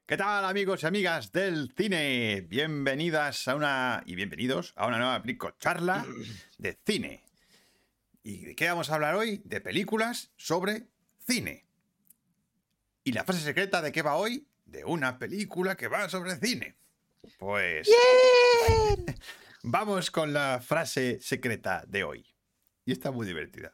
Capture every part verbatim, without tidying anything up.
¿Qué tal, amigos y amigas del cine? Bienvenidas a una y bienvenidos a una nueva charla de cine. ¿Y de qué vamos a hablar hoy? De películas sobre cine. ¿Y la frase secreta de qué va hoy? De una película que va sobre cine. Pues ¡Bien! vamos con la frase secreta de hoy. Y está muy divertida.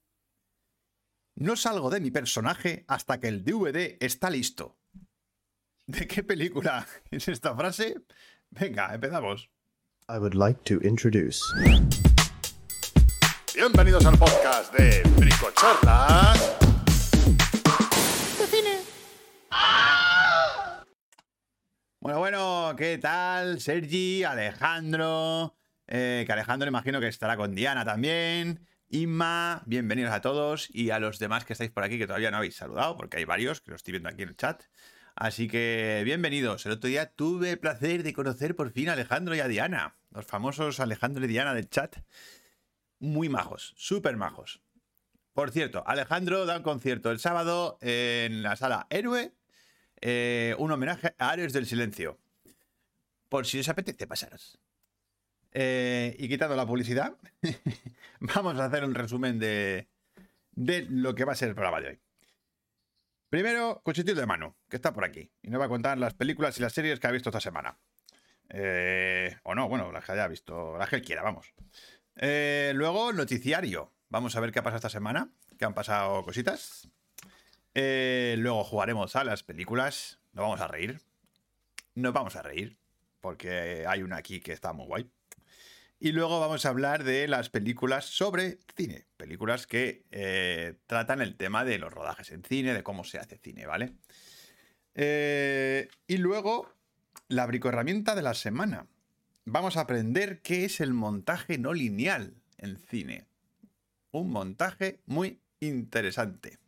No salgo de mi personaje hasta que el D V D está listo. ¿De qué película es esta frase? Venga, empezamos. I would like to introduce. Bienvenidos al podcast de Bricocharlas de cine. Bueno, bueno, ¿qué tal? Sergi, Alejandro, eh, que Alejandro imagino que estará con Diana también. Inma, bienvenidos a todos y a los demás que estáis por aquí que todavía no habéis saludado, porque hay varios que los estoy viendo aquí en el chat. Así que bienvenidos. El otro día tuve el placer de conocer por fin a Alejandro y a Diana, los famosos Alejandro y Diana del chat. Muy majos, súper majos. Por cierto, Alejandro da un concierto el sábado en la sala Héroe, eh, un homenaje a Ares del Silencio. Por si os apetece pasaros. Eh, y quitando la publicidad, vamos a hacer un resumen de, de lo que va a ser el programa de hoy. Primero, Cuchitril de Manu, que está por aquí, y nos va a contar las películas y las series que ha visto esta semana. Eh, o no, bueno, las que haya visto, las que él quiera, vamos. Eh, luego, noticiario. Vamos a ver qué ha pasado esta semana, que han pasado cositas. Eh, luego jugaremos a las películas. Nos vamos a reír. Nos vamos a reír, porque hay una aquí que está muy guay. Y luego vamos a hablar de las películas sobre cine. Películas que eh, tratan el tema de los rodajes en cine, de cómo se hace cine, ¿vale? Eh, y luego, la bricoherramienta de la semana. Vamos a aprender qué es el montaje no lineal en cine. Un montaje muy interesante.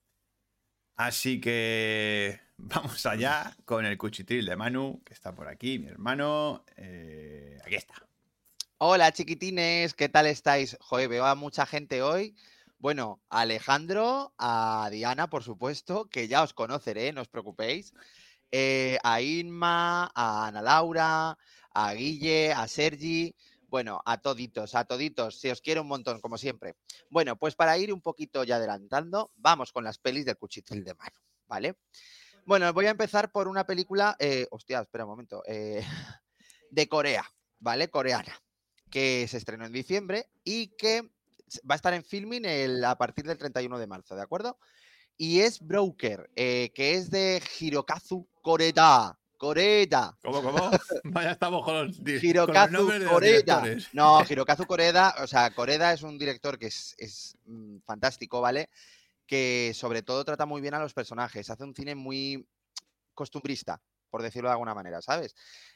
Así que vamos allá con el cuchitril de Manu, que está por aquí, mi hermano. Eh, aquí está. Hola, chiquitines, ¿qué tal estáis? Joder, veo a mucha gente hoy. Bueno, a Alejandro, a Diana, por supuesto, que ya os conoceré, no os preocupéis. Eh, a Inma, a Ana Laura, a Guille, a Sergi. Bueno, a toditos, a toditos. Se os quiere un montón, como siempre. Bueno, pues para ir un poquito ya adelantando, vamos con las pelis del Cuchitril de Manu, ¿vale? Bueno, voy a empezar por una película. Eh, hostia, espera un momento. Eh, de Corea, ¿vale? Coreana, que se estrenó en diciembre y que va a estar en filming el, a partir del treinta y uno de marzo, ¿de acuerdo? Y es Broker, eh, que es de Hirokazu Koreda. Koreda. ¿Cómo, cómo? Vaya, estamos con los, con los Hirokazu nombres de los Koreda. directores. No, Hirokazu Koreda, o sea, Koreda es un director que es, es mm, fantástico, ¿vale? Que sobre todo trata muy bien a los personajes, hace un cine muy costumbrista, por decirlo de alguna manera, ¿sabes?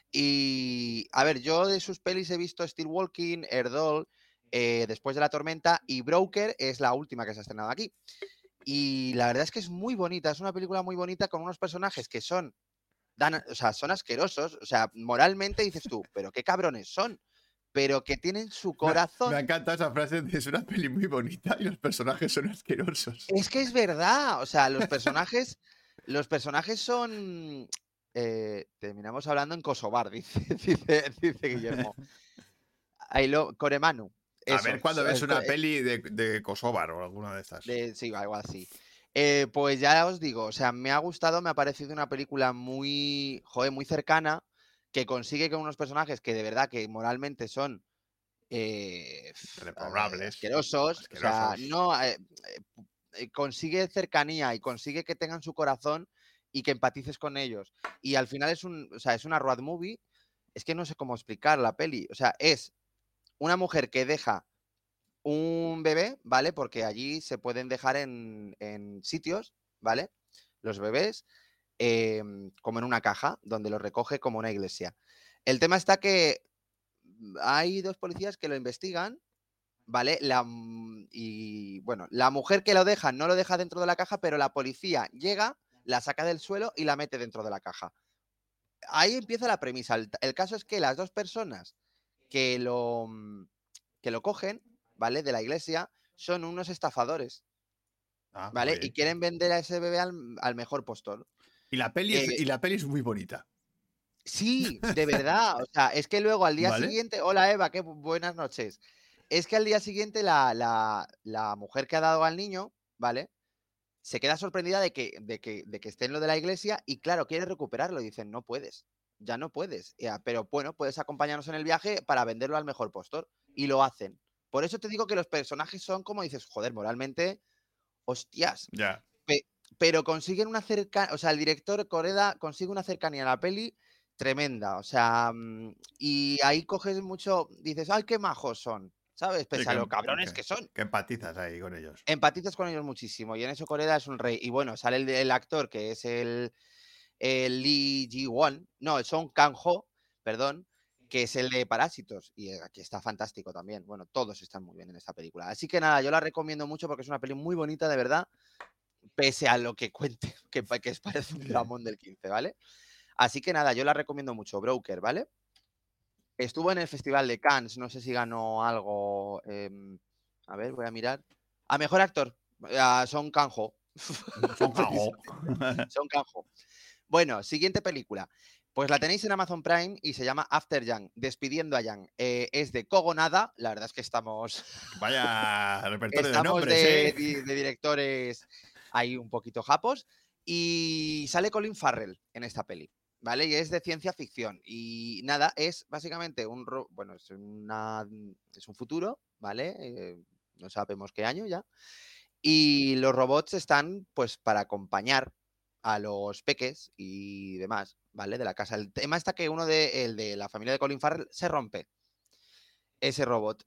Y, a ver, yo de sus pelis he visto Still Walking, Erdol, eh, Después de la tormenta y Broker es la última que se ha estrenado aquí. Y la verdad es que es muy bonita, es una película muy bonita con unos personajes que son, dan, o sea, son asquerosos, o sea, moralmente dices tú, pero qué cabrones son, pero que tienen su corazón. Me, me encanta esa frase de es una peli muy bonita y los personajes son asquerosos. Es que es verdad, o sea, los personajes, los personajes son... Eh, terminamos hablando en Kosovar, dice, dice, dice Guillermo. Ahí lo, Coremanu. A Eso, ver cuando ves es, una es, peli de, de Kosovar o alguna de estas. de, sí, algo así. Eh, pues ya os digo, o sea, me ha gustado, me ha parecido una película muy, joder, muy cercana, que consigue con unos personajes que de verdad que moralmente son eh, Reprobables. asquerosos, asquerosos. o sea, no, eh, eh, consigue cercanía y consigue que tengan su corazón y que empatices con ellos. Y al final es un, o sea, es una road movie, es que no sé cómo explicar la peli, o sea, es una mujer que deja un bebé, ¿vale? Porque allí se pueden dejar en, en sitios, ¿vale? Los bebés, eh, como en una caja, donde los recoge como una iglesia. El tema está que hay dos policías que lo investigan, ¿vale? La, y bueno, la mujer que lo deja no lo deja dentro de la caja, pero la policía llega, la saca del suelo y la mete dentro de la caja. Ahí empieza la premisa. El, el caso es que las dos personas que lo, que lo cogen, ¿vale? De la iglesia, son unos estafadores, Ah, ¿vale? Y quieren vender a ese bebé al, al mejor postor. Y la peli es, Eh, y la peli es muy bonita. Sí, de verdad. O sea, es que luego al día ¿Vale? siguiente, hola Eva, qué bu- buenas noches. Es que al día siguiente la, la, la mujer que ha dado al niño, ¿vale? Se queda sorprendida de que, de, que, de que esté en lo de la iglesia y claro, quiere recuperarlo. Y dicen, no puedes, ya no puedes. Ya, pero bueno, puedes acompañarnos en el viaje para venderlo al mejor postor. Y lo hacen. Por eso te digo que los personajes son como dices, joder, moralmente, hostias. Ya. Pe- pero consiguen una cercanía, o sea, el director Koreda consigue una cercanía a la peli tremenda, o sea, mm, y ahí coges mucho, dices, ay, qué majos son, ¿sabes? Sí, Pese a que, lo cabrones que- que son. que empatizas ahí con ellos. Empatizas con ellos muchísimo, y en eso Koreda es un rey. Y bueno, sale el, el actor que es el, el Lee Ji-won, no, el Song Kang-ho, perdón, que es el de Parásitos, y aquí está fantástico también. Bueno, todos están muy bien en esta película. Así que nada, yo la recomiendo mucho porque es una peli muy bonita, de verdad, pese a lo que cuente, que, pa- que es parece un Sí. dramón del quince, ¿vale? Así que nada, yo la recomiendo mucho, Broker, ¿vale? Estuvo en el Festival de Cannes, no sé si ganó algo. eh, a ver, voy a mirar. A mejor actor, a Song Kang-ho. Son Kang-ho. Precisamente, Song Kang-ho. Bueno, siguiente película. Pues la tenéis en Amazon Prime y se llama After Yang, Despidiendo a Yang. Eh, es de Kogo Nada, la verdad es que estamos Vaya repertorio de estamos nombres, de, ¿eh? di- de directores ahí un poquito japos. Y sale Colin Farrell en esta peli, ¿vale? Y es de ciencia ficción. Y nada, es básicamente un... ro- Bueno, es, una, es un futuro, ¿vale? Eh, no sabemos qué año ya. Y los robots están, pues, para acompañar a los peques y demás, ¿vale? De la casa. El tema está que uno de, el de la familia de Colin Farrell se rompe ese robot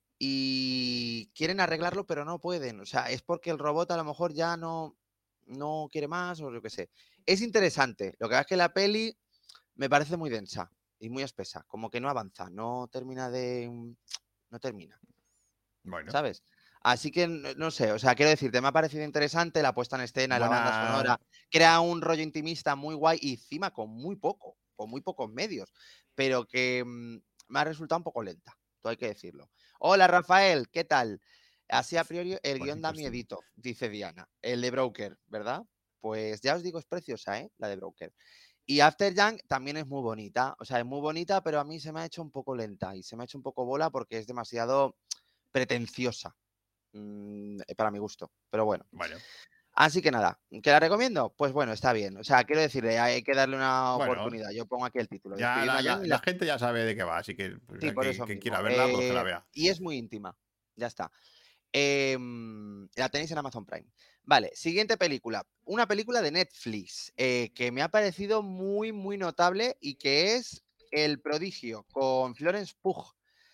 y quieren arreglarlo, pero no pueden. O sea, es porque el robot a lo mejor ya no, no quiere más o yo qué sé. Es interesante. Lo que pasa es que la peli me parece muy densa y muy espesa. Como que no avanza, no termina de... No termina, Bueno, ¿sabes? Así que no, no sé, o sea, quiero decirte, me ha parecido interesante la puesta en escena, la banda buena. sonora, crea un rollo intimista muy guay y encima con muy poco, con muy pocos medios, pero que mm, me ha resultado un poco lenta, todo hay que decirlo. Hola Rafael, ¿qué tal? Así a priori el Pues guión da interesting. miedito, dice Diana, el de Broker, ¿verdad? Pues ya os digo, es preciosa, ¿eh? La de Broker. Y After Yang también es muy bonita, o sea, es muy bonita, pero a mí se me ha hecho un poco lenta y se me ha hecho un poco bola porque es demasiado pretenciosa mmm, para mi gusto. Pero bueno. Bueno, Así que nada, ¿que la recomiendo? Pues bueno, está bien. O sea, quiero decirle, hay que darle una bueno, oportunidad. Yo pongo aquí el título, ya Despidiendo la, a Jan la- y la la... gente ya sabe de qué va, así que pues, Sí, el por que, eso que mismo. quiera verla, pues que la Eh, vea. y es muy íntima. Ya está. Eh, la tenéis en Amazon Prime. Vale, siguiente película. Una película de Netflix eh, que me ha parecido muy, muy notable y que es El Prodigio con Florence Pugh.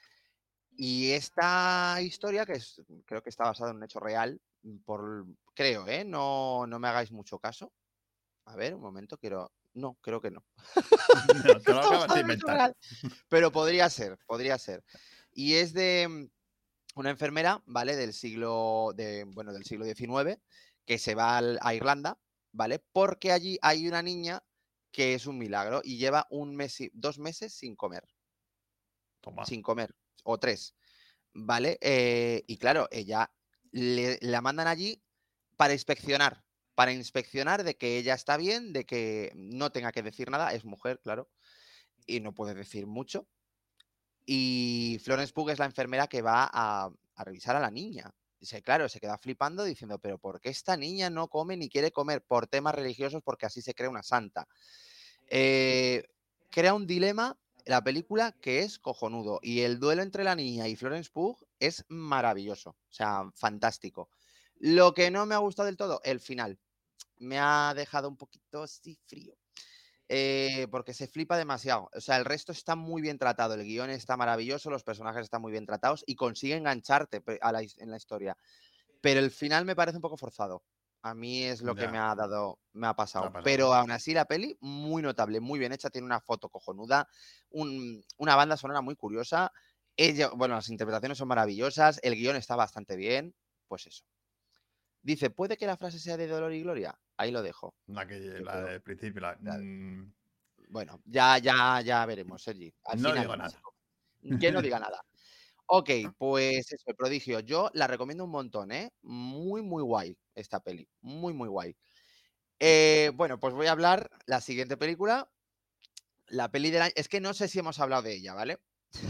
Y esta historia, que es, creo que está basada en un hecho real, por, creo, ¿eh? No, no me hagáis mucho caso. A ver, un momento, quiero... No, creo que no. No, te lo Está acabas de basada en un hecho inventar. real. Pero podría ser, podría ser. Y es de mm, una enfermera, ¿vale? Del siglo, de, bueno, del siglo diecinueve, que se va al- a Irlanda, ¿vale? Porque allí hay una niña que es un milagro y lleva un mes, y- dos meses sin comer, Toma. sin comer, o tres. ¿Vale? Eh, y claro, ella le, la mandan allí para inspeccionar, para inspeccionar de que ella está bien, de que no tenga que decir nada, es mujer, claro, y no puede decir mucho. Y Florence Pugh es la enfermera que va a, a revisar a la niña. Y se, claro, se queda flipando diciendo, pero ¿por qué esta niña no come ni quiere comer? Por temas religiosos, porque así se crea una santa. Eh, crea un dilema la película que es cojonudo. Y el duelo entre la niña y Florence Pugh es maravilloso. O sea, fantástico. Lo que no me ha gustado del todo, el final. Me ha dejado un poquito así frío. Eh, porque se flipa demasiado. O sea, el resto está muy bien tratado. El guión está maravilloso, los personajes están muy bien tratados y consigue engancharte a la, en la historia. Pero el final me parece un poco forzado. A mí es lo que me Ya, ha dado, me ha te ha pasado. pasado. Pero aún así la peli, muy notable, muy bien hecha, tiene una foto cojonuda, un, una banda sonora muy curiosa. Ella, bueno, las interpretaciones son maravillosas, el guión está bastante bien, pues eso. Dice, ¿puede que la frase sea de Dolor y Gloria? Ahí lo dejo. La, que, Yo la creo. del principio. La, mm, Bueno, ya, ya, ya veremos, Sergi. Al no final digo no. nada. Que no diga nada. Ok, pues eso, el prodigio. Yo la recomiendo un montón, ¿eh? Muy, muy guay esta peli. Muy, muy guay. Eh, bueno, pues voy a hablar la siguiente película. La peli del año. Es que no sé si hemos hablado de ella, ¿vale?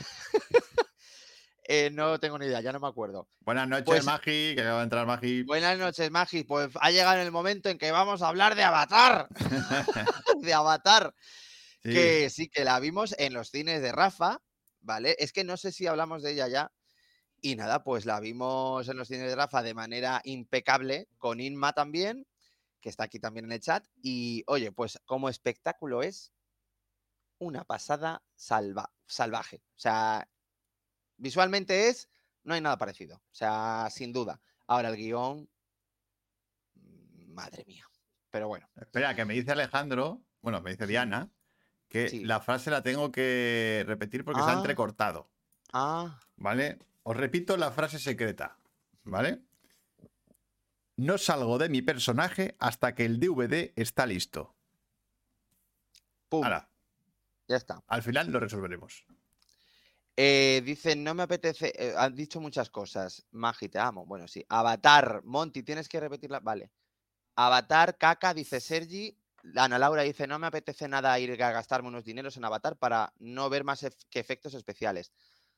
eh, no tengo ni idea, ya no me acuerdo. Buenas noches, Pues- Magi, que acaba de entrar Magi. Buenas noches, Magi. Pues ha llegado el momento en que vamos a hablar de Avatar. de Avatar. Sí. Que sí que la vimos en los cines de Rafa, ¿vale? Es que no sé si hablamos de ella ya. Y nada, pues la vimos en los cines de Rafa de manera impecable, con Inma también, que está aquí también en el chat. Y oye, pues como espectáculo es una pasada salva, salvaje. O sea, visualmente es, no hay nada parecido. O sea, sin duda. Ahora el guión, madre mía. Pero bueno. Espera, que me dice Alejandro, bueno, me dice Diana, que Sí. la frase la tengo que repetir porque se ha Ah. entrecortado, Ah, ¿vale? Os repito la frase secreta, ¿vale? No salgo de mi personaje hasta que el D V D está listo. pum, Ahora, ya está. al final lo resolveremos. Eh, dicen, no me apetece. eh, han dicho muchas cosas. Magi, te amo. Bueno, sí. Avatar, Monty, tienes que repetirla. Vale. Avatar, caca, dice Sergi. Ana Laura dice, no me apetece nada ir a gastarme unos dineros en Avatar para no ver más ef- que efectos especiales.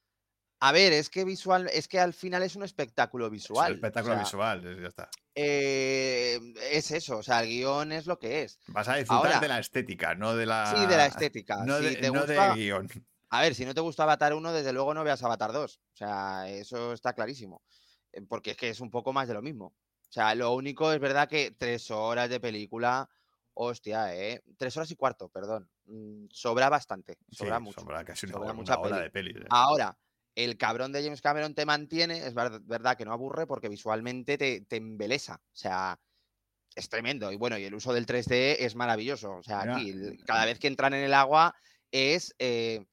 A ver, es que visual, es que al final es un espectáculo Es visual. un espectáculo o sea, visual, ya está. eh, es eso, o sea, el guión es lo que es. Vas a disfrutar Ahora, de la estética, no de la... sí, de la estética. No, Si de, te no gusta, de guión. A ver, si no te gusta Avatar uno, desde luego no veas Avatar dos. O sea, eso está clarísimo. Eh, Porque es que es un poco más de lo mismo. O sea, lo único es verdad que tres horas de película, hostia, ¿eh? Tres horas y cuarto, perdón. Mm, sobra bastante, sobra Sí, mucho. sobra casi una, sobra hora, mucha una hora peli. de peli. ¿eh? Ahora, el cabrón de James Cameron te mantiene, es ver- verdad que no aburre porque visualmente te, te embelesa. O sea, es tremendo. Y bueno, y el uso del tres D es maravilloso. O sea, Mira, aquí, el- cada vez que entran en el agua es... eh,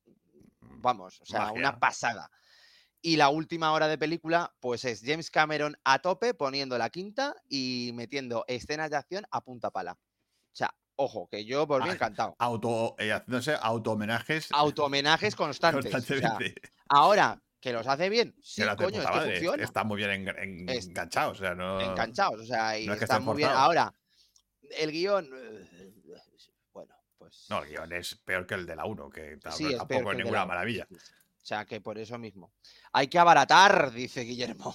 vamos, o sea, magia. una pasada. Y la última hora de película, pues es James Cameron a tope, poniendo la quinta y metiendo escenas de acción a punta pala. O sea, ojo, que yo por mí Ah, encantado. Auto, eh, haciéndose auto-homenajes Autohomenajes constantes. O sea, constantemente. ahora, ¿que los hace bien? Que Sí, lo hace coño, puta es que madre, es- funciona. Está muy bien en- en- Es- enganchado, o sea, no... Enganchados, o sea, y no es que están estén muy bien. forzados. Ahora, el guión, eh, bueno, pues... No, el guión es peor que el de la uno, que tam- Sí, es peor tampoco que es el de ninguna la- maravilla. O sea, que por eso mismo. Hay que abaratar, dice Guillermo.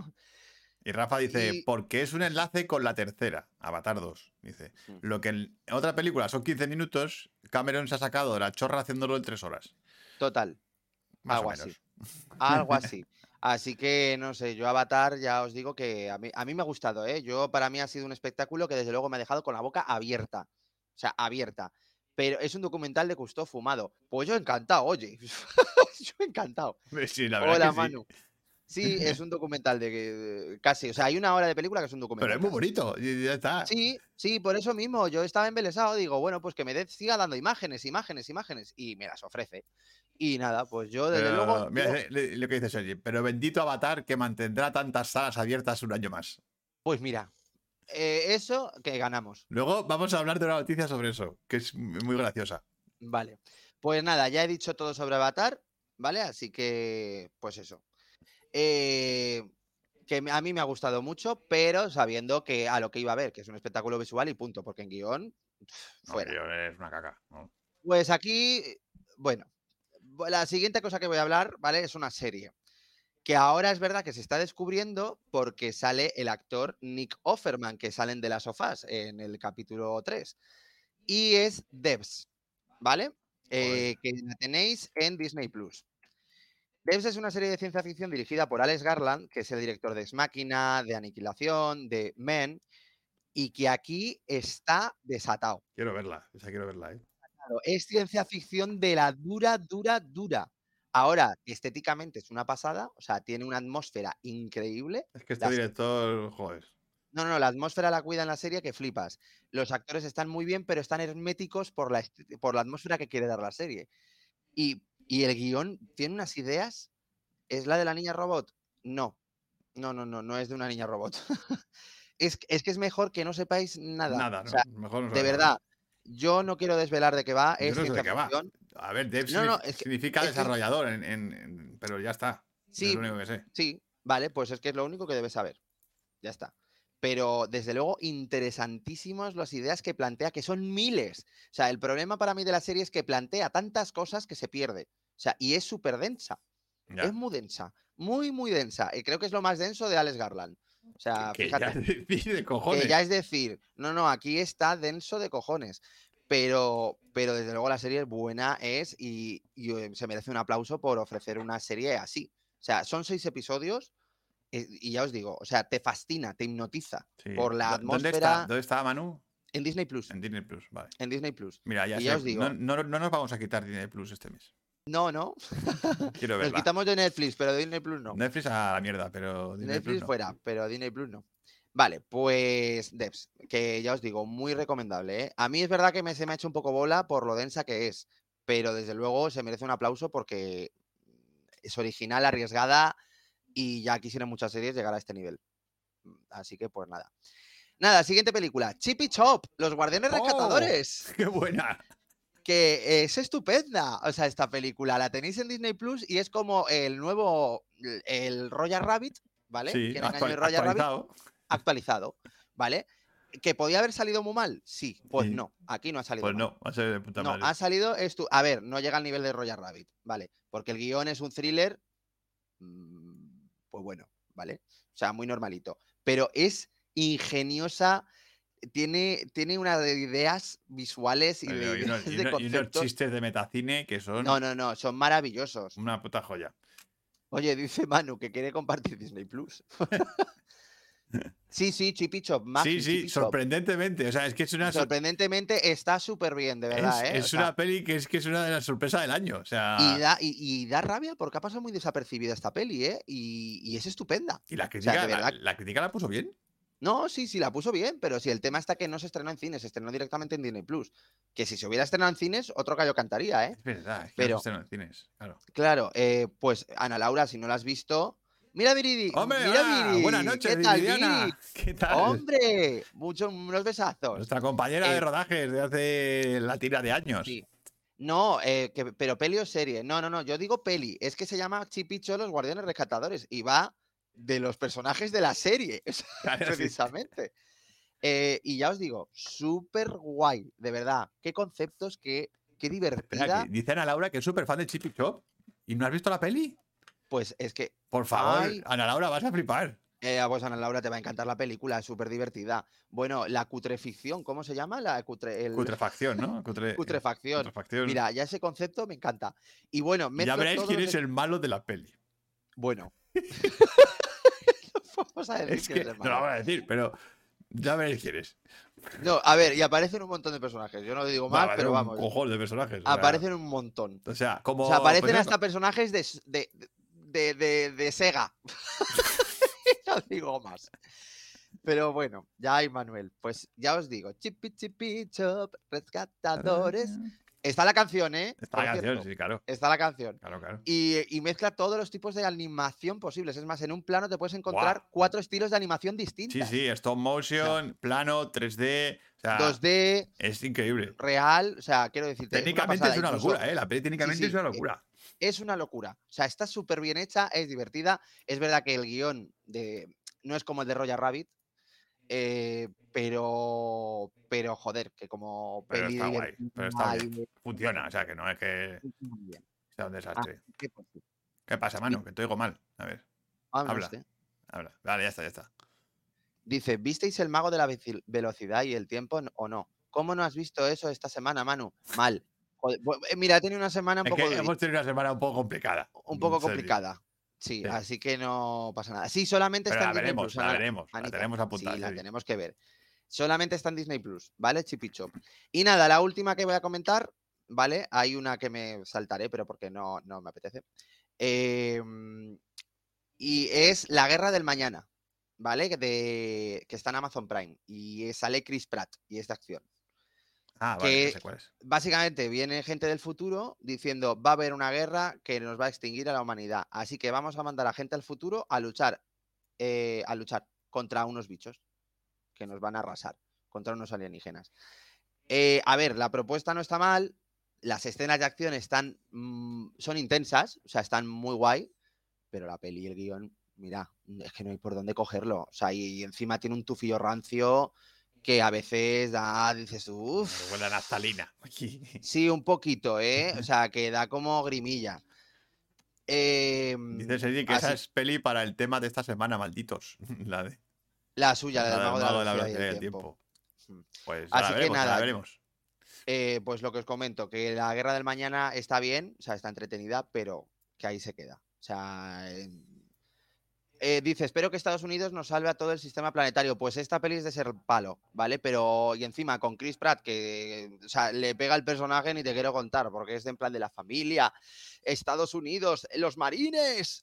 Y Rafa dice, Y- porque es un enlace con la tercera, Avatar dos. Dice, Mm. lo que en otra película son quince minutos, Cameron se ha sacado de la chorra haciéndolo en tres horas. Total, Más algo o menos. así. Algo así. Así que, no sé, yo Avatar ya os digo que a mí, a mí me ha gustado, ¿eh? Yo, para mí ha sido un espectáculo que desde luego me ha dejado con la boca abierta. O sea, abierta. Pero es un documental de Cousteau fumado. Pues yo encantado, oye. yo encantado. Sí, la verdad Hola, que sí. Manu. Sí, es un documental de que casi, o sea, hay una hora de película que es un documental. Pero es muy casi. bonito, y ya está. Sí, sí, por eso mismo. Yo estaba embelesado, digo, bueno, pues que me dé- siga dando imágenes, imágenes, imágenes. Y me las ofrece. Y nada, pues yo, desde Pero, luego. mira, yo- eh, le- lo que dice Sergi, pero bendito Avatar que mantendrá tantas salas abiertas un año más. Pues mira, eh, eso que ganamos. Luego vamos a hablar de una noticia sobre eso, que es muy graciosa. Vale. Pues nada, ya he dicho todo sobre Avatar, ¿vale? Así que, pues eso. Eh, que me- a mí me ha gustado mucho, pero sabiendo que a lo que iba a ver, que es un espectáculo visual y punto, porque en guión, No, fuera. tío, es una caca. ¿no? Pues aquí, bueno, la siguiente cosa que voy a hablar, ¿vale? Es una serie. Que ahora es verdad que se está descubriendo porque sale el actor Nick Offerman, que salen de las sofás en el capítulo tres. Y es Devs, ¿vale? Eh, que la tenéis en Disney Plus. Devs es una serie de ciencia ficción dirigida por Alex Garland, que es el director de Ex Machina, de Aniquilación, de Men, y que aquí está desatado. Quiero verla, esa quiero verla, ¿eh? Claro, es ciencia ficción de la dura, dura, dura. Ahora, estéticamente es una pasada, o sea, tiene una atmósfera increíble. Es que este La- director, joder. No, no, la atmósfera la cuida en la serie que flipas. Los actores están muy bien, pero están herméticos por la, est- por la atmósfera que quiere dar la serie. Y, y el guión tiene unas ideas. ¿Es la de la niña robot? No. No, no, no, no es de una niña robot. es, es que es mejor que no sepáis nada. Nada, O ¿no? sea, Mejor no de saber nada. verdad, yo no quiero desvelar de qué va. Yo Es no sé de ciencia qué va. ficción. A ver, dev No, no, signifi- es que- significa es que- desarrollador, en, en- en- pero ya está. Sí, Es lo único que sé. sí, vale, pues es que es lo único que debes saber. Ya está. pero desde luego interesantísimas las ideas que plantea, que son miles. O sea, el problema para mí de la serie es que plantea tantas cosas que se pierde. O sea, y es súper densa. Ya. Es muy densa. Muy, muy densa. Y creo que es lo más denso de Alex Garland. O sea, que, que fíjate. ya es decir de cojones. Que ya es decir, no, no, aquí está denso de cojones. Pero, pero desde luego la serie buena es y, y se merece un aplauso por ofrecer una serie así. O sea, son seis episodios y ya os digo, o sea, te fascina, te hipnotiza Sí. por la ¿Dó- atmósfera. ¿Dónde está? ¿Dónde está Manu? En Disney Plus. En Disney Plus, vale. En Disney Plus. Mira, ya, y sé, ya os digo. No, no, no nos vamos a quitar Disney Plus este mes. No, no. Quiero Nos verla. quitamos de Netflix, pero de Disney Plus no. Netflix a la mierda, pero Disney Netflix Plus no. fuera, pero Disney Plus no. Vale, pues Devs, que ya os digo, muy recomendable, ¿eh? A mí es verdad que me, se me ha hecho un poco bola por lo densa que es, pero desde luego se merece un aplauso porque es original, arriesgada y ya quisieran muchas series llegar a este nivel. Así que pues nada. Nada, siguiente película, Chip y Chop, Los Guardianes ¡Oh! Rescatadores. ¡Qué buena! Que es estupenda, o sea, esta película la tenéis en Disney Plus y es como el nuevo, el Roger Rabbit, ¿vale? Sí, ¿Quién engañó actual- el Roger Rabbit? actualizado. Actualizado, ¿vale? ¿Que podía haber salido muy mal? Sí, pues Sí. no, aquí no ha salido Pues mal. no, va a ser de puta No, madre. ha salido esto. A ver, no llega al nivel de Roger Rabbit, ¿vale? Porque el guión es un thriller, mmm, pues bueno, ¿vale? O sea, muy normalito. Pero es ingeniosa, tiene, tiene una de ideas visuales y de Pero, y, ideas unos, y de unos- y unos conceptos. chistes de metacine que son No, no, no, son maravillosos. una puta joya. Oye, dice Manu que quiere compartir Disney Plus. Sí, sí, Chip y Chop, Maggi, Sí, Chip sí, y Chop. sorprendentemente. O sea, es que es una, sor- Sorprendentemente está súper bien, de es, verdad, ¿eh? es O sea, una peli que es que es una de las sorpresas del año. O sea, y, da, y, y da rabia porque ha pasado muy desapercibida esta peli, ¿eh? Y, y es estupenda. y la O crítica, sea, de la, verdad. la crítica la puso bien. No, sí, sí, la puso bien, pero si el tema está que no se estrenó en cines, se estrenó directamente en Disney Plus. Que si se hubiera estrenado en cines, otro gallo cantaría, ¿eh? Es verdad, es que Pero- no se estrenó en cines. Claro. Claro, eh, pues Ana Laura, si no la has visto. Mira, Viridi. ¡Hombre! Mira, va! Viri. Buenas noches, ¿Qué tal, Viridiana. Viri? ¿Qué tal? ¡Hombre! Muchos, unos besazos. Nuestra compañera de Eh, rodajes de hace la tira de años. Sí. No, eh, que, pero peli o serie. No, no, no, yo digo peli. Es que se llama Chip y Chop, Los Guardianes Rescatadores. Y va de los personajes de la serie, o sea, Claro, sí. precisamente. Eh, y ya os digo, súper guay, de verdad. Qué conceptos, qué, qué Espera, divertida. que dice Ana Laura que es súper fan de Chip y Chop. ¿Y no has visto la peli? Pues es que, Por favor, Ay. Ana Laura, vas a flipar. eh, a vos, Ana Laura, te va a encantar la película, es súper divertida. Bueno, la cutreficción, ¿cómo se llama? La cutre, el- Cutrefacción, ¿no? Cutre- Cutrefacción. Cutrefacción. Mira, ya ese concepto me encanta. Y bueno, Y ya mezclo veréis todos quién los es de- el malo de la peli. Bueno. No vamos a decir Es quién que es el no lo malo. voy a decir, pero ya veréis quién es. No, a ver, y aparecen un montón de personajes. Yo no digo Va, más, va a pero ser un vamos. cojón de personajes. o sea, Aparecen un montón. O sea, como. O sea, aparecen pues, hasta personajes de, de, de, de, de Sega. No digo más. Pero bueno, ya hay Manuel. Pues ya os digo, Chipi Chipi Chop, rescatadores. Está la canción, ¿eh? Está Por la canción, cierto. sí, claro. Está la canción. Claro, claro. Y, y mezcla todos los tipos de animación posibles. Es más, en un plano te puedes encontrar Guau. cuatro estilos de animación Sí, distintas. sí, stop motion, plano, tres D. O sea, dos D, es increíble. real. O sea, quiero decirte. Técnicamente es una, pasada, incluso- locura, ¿eh? La peli técnicamente Sí, sí, es una eh, locura. Es una locura. O sea, está súper bien hecha, es divertida. Es verdad que el guión de... no es como el de Roger Rabbit, eh, pero, pero joder, que como Pero peli está guay, divertida pero está y- bien. Funciona, o sea, que no es que muy bien. sea un desastre. Así que, pues, sí. ¿Qué pasa, mano? Que te oigo mal. A ver, Ah, no Habla. sé. habla. Vale, ya está, ya está. Dice, ¿visteis el mago de la veci- velocidad y el tiempo n- o no? ¿Cómo no has visto eso esta semana, Manu? Mal. Joder, bu- eh, mira, he tenido una semana un Es poco, que durita, hemos tenido una semana un poco complicada. un poco en serio. complicada. Sí, Sí. así que no pasa nada. Sí, solamente Pero está la en Disney veremos, Plus. la Ana- veremos. La Anita. tenemos apuntada. Sí, la sí. tenemos que ver. Solamente está en Disney Plus, ¿vale? Chip y Chop. Y nada, la última que voy a comentar, ¿vale? Hay una que me saltaré, pero porque no, no me apetece. Eh, y es La Guerra del Mañana, ¿vale? Que de, que está en Amazon Prime. Y sale Chris Pratt y es de acción. Ah, vale, que- no sé cuál es. Básicamente viene gente del futuro diciendo va a haber una guerra que nos va a extinguir a la humanidad. Así que vamos a mandar a gente al futuro a luchar, eh, a luchar contra unos bichos que nos van a arrasar, contra unos alienígenas. Eh, a ver, la propuesta no está mal, las escenas de acción están, mm, son intensas, o sea, están muy guay, pero la peli y el guión mira, es que no hay por dónde cogerlo. O sea, y, y encima tiene un tufillo rancio que a veces da, dices, Me uff, huele a naftalina. sí, un poquito, ¿eh? O sea, que da como grimilla. Eh, Dice Sergi que esa así, es peli para el tema de esta semana, malditos. La, de, la suya, la la del del mago de la mago de la velocidad y velocidad el y el tiempo. tiempo. Mm. Pues ya la Así que veremos, ya la nada, veremos. eh, pues lo que os comento, que la guerra del mañana está bien, o sea, está entretenida, pero que ahí se queda. O sea, eh, eh, dice, espero que Estados Unidos nos salve a todo el sistema planetario. Pues esta peli es de ser palo, ¿vale? Pero, y encima con Chris Pratt, que, o sea, le pega el personaje, ni te quiero contar, porque es de en plan de la familia, Estados Unidos, los marines.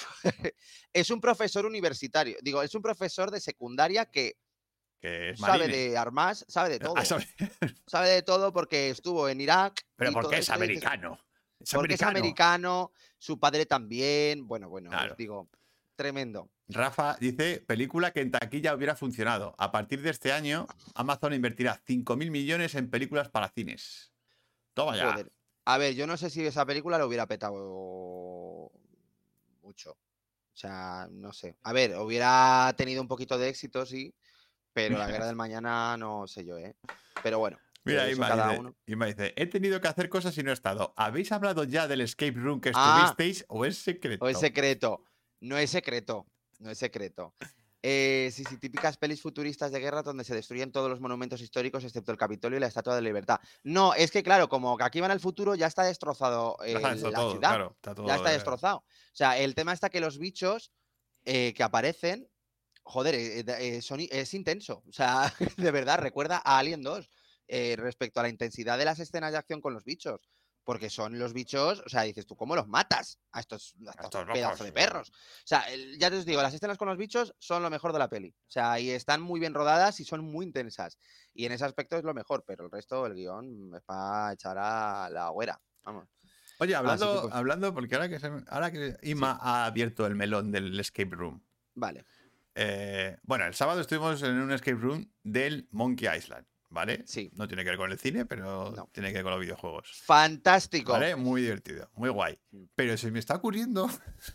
Es un profesor universitario, digo, es un profesor de secundaria que Que es sabe marine. de armas, sabe de Ah, todo. sabe- Sabe de todo porque estuvo en Irak Pero y ¿por todo qué es esto. Y dices, americano? Es porque es americano. americano, su padre también. Bueno, bueno, os Claro. digo, tremendo. Rafa dice, película que en taquilla hubiera funcionado. A partir de este año, Amazon invertirá cinco mil millones en películas para cines. Toma ya. Joder. A ver, yo no sé si esa película lo hubiera petado mucho. O sea, no sé. A ver, hubiera tenido un poquito de éxito, sí, pero la guerra del mañana no sé yo, ¿eh? Pero bueno, Mira, que eso Inma cada dice, uno. Inma dice, he tenido que hacer cosas y no he estado. ¿Habéis hablado ya del escape room que Ah, estuvisteis o es secreto? o es secreto. No es secreto. No es secreto. Eh, sí, sí, típicas pelis futuristas de guerra donde se destruyen todos los monumentos históricos excepto el Capitolio y la Estatua de la Libertad. No, es que claro, como que aquí van al futuro, ya está destrozado Lo eh, has hecho la todo, ciudad. claro. Está Ya todo está de- destrozado. O sea, el tema está que los bichos eh, que aparecen, joder, eh, eh, son, es intenso. O sea, de verdad, recuerda a Alien dos eh, respecto a la intensidad de las escenas de acción con los bichos. Porque son los bichos, o sea, dices tú, ¿cómo los matas a estos, a estos Estos pedazos locos. de perros? O sea, el- ya te os digo, las escenas con los bichos son lo mejor de la peli. O sea, y están muy bien rodadas y son muy intensas. Y en ese aspecto es lo mejor, pero el resto, el guión, es para echar a la hoguera. Vamos. Oye, Así que hablando, pues, hablando porque ahora que, se me- ahora que Inma sí, ha abierto el melón del escape room. vale. Eh, bueno, el sábado estuvimos en un escape room del Monkey Island, ¿vale? Sí, No tiene que ver con el cine, pero no. tiene que ver con los videojuegos. Fantástico. ¿Vale? Muy divertido, muy guay. Mm. Pero se me está ocurriendo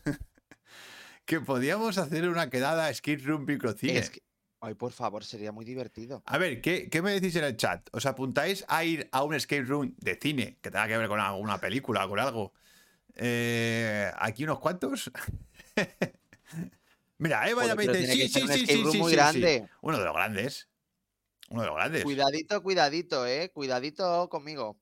que podíamos hacer una quedada escape room microcine. Es que, ay, por favor, sería muy divertido. A ver, ¿qué, ¿qué me decís en el chat? ¿Os apuntáis a ir a un escape room de cine que tenga que ver con alguna película o con algo? Eh, ¿Aquí unos cuantos? Mira, Eva ya Joder, me pero dice, tiene sí, que ser sí, un sí, escape sí, room sí, muy sí, sí. grande. Uno de los grandes. Uno de los grandes. Cuidadito, cuidadito, eh. Cuidadito conmigo.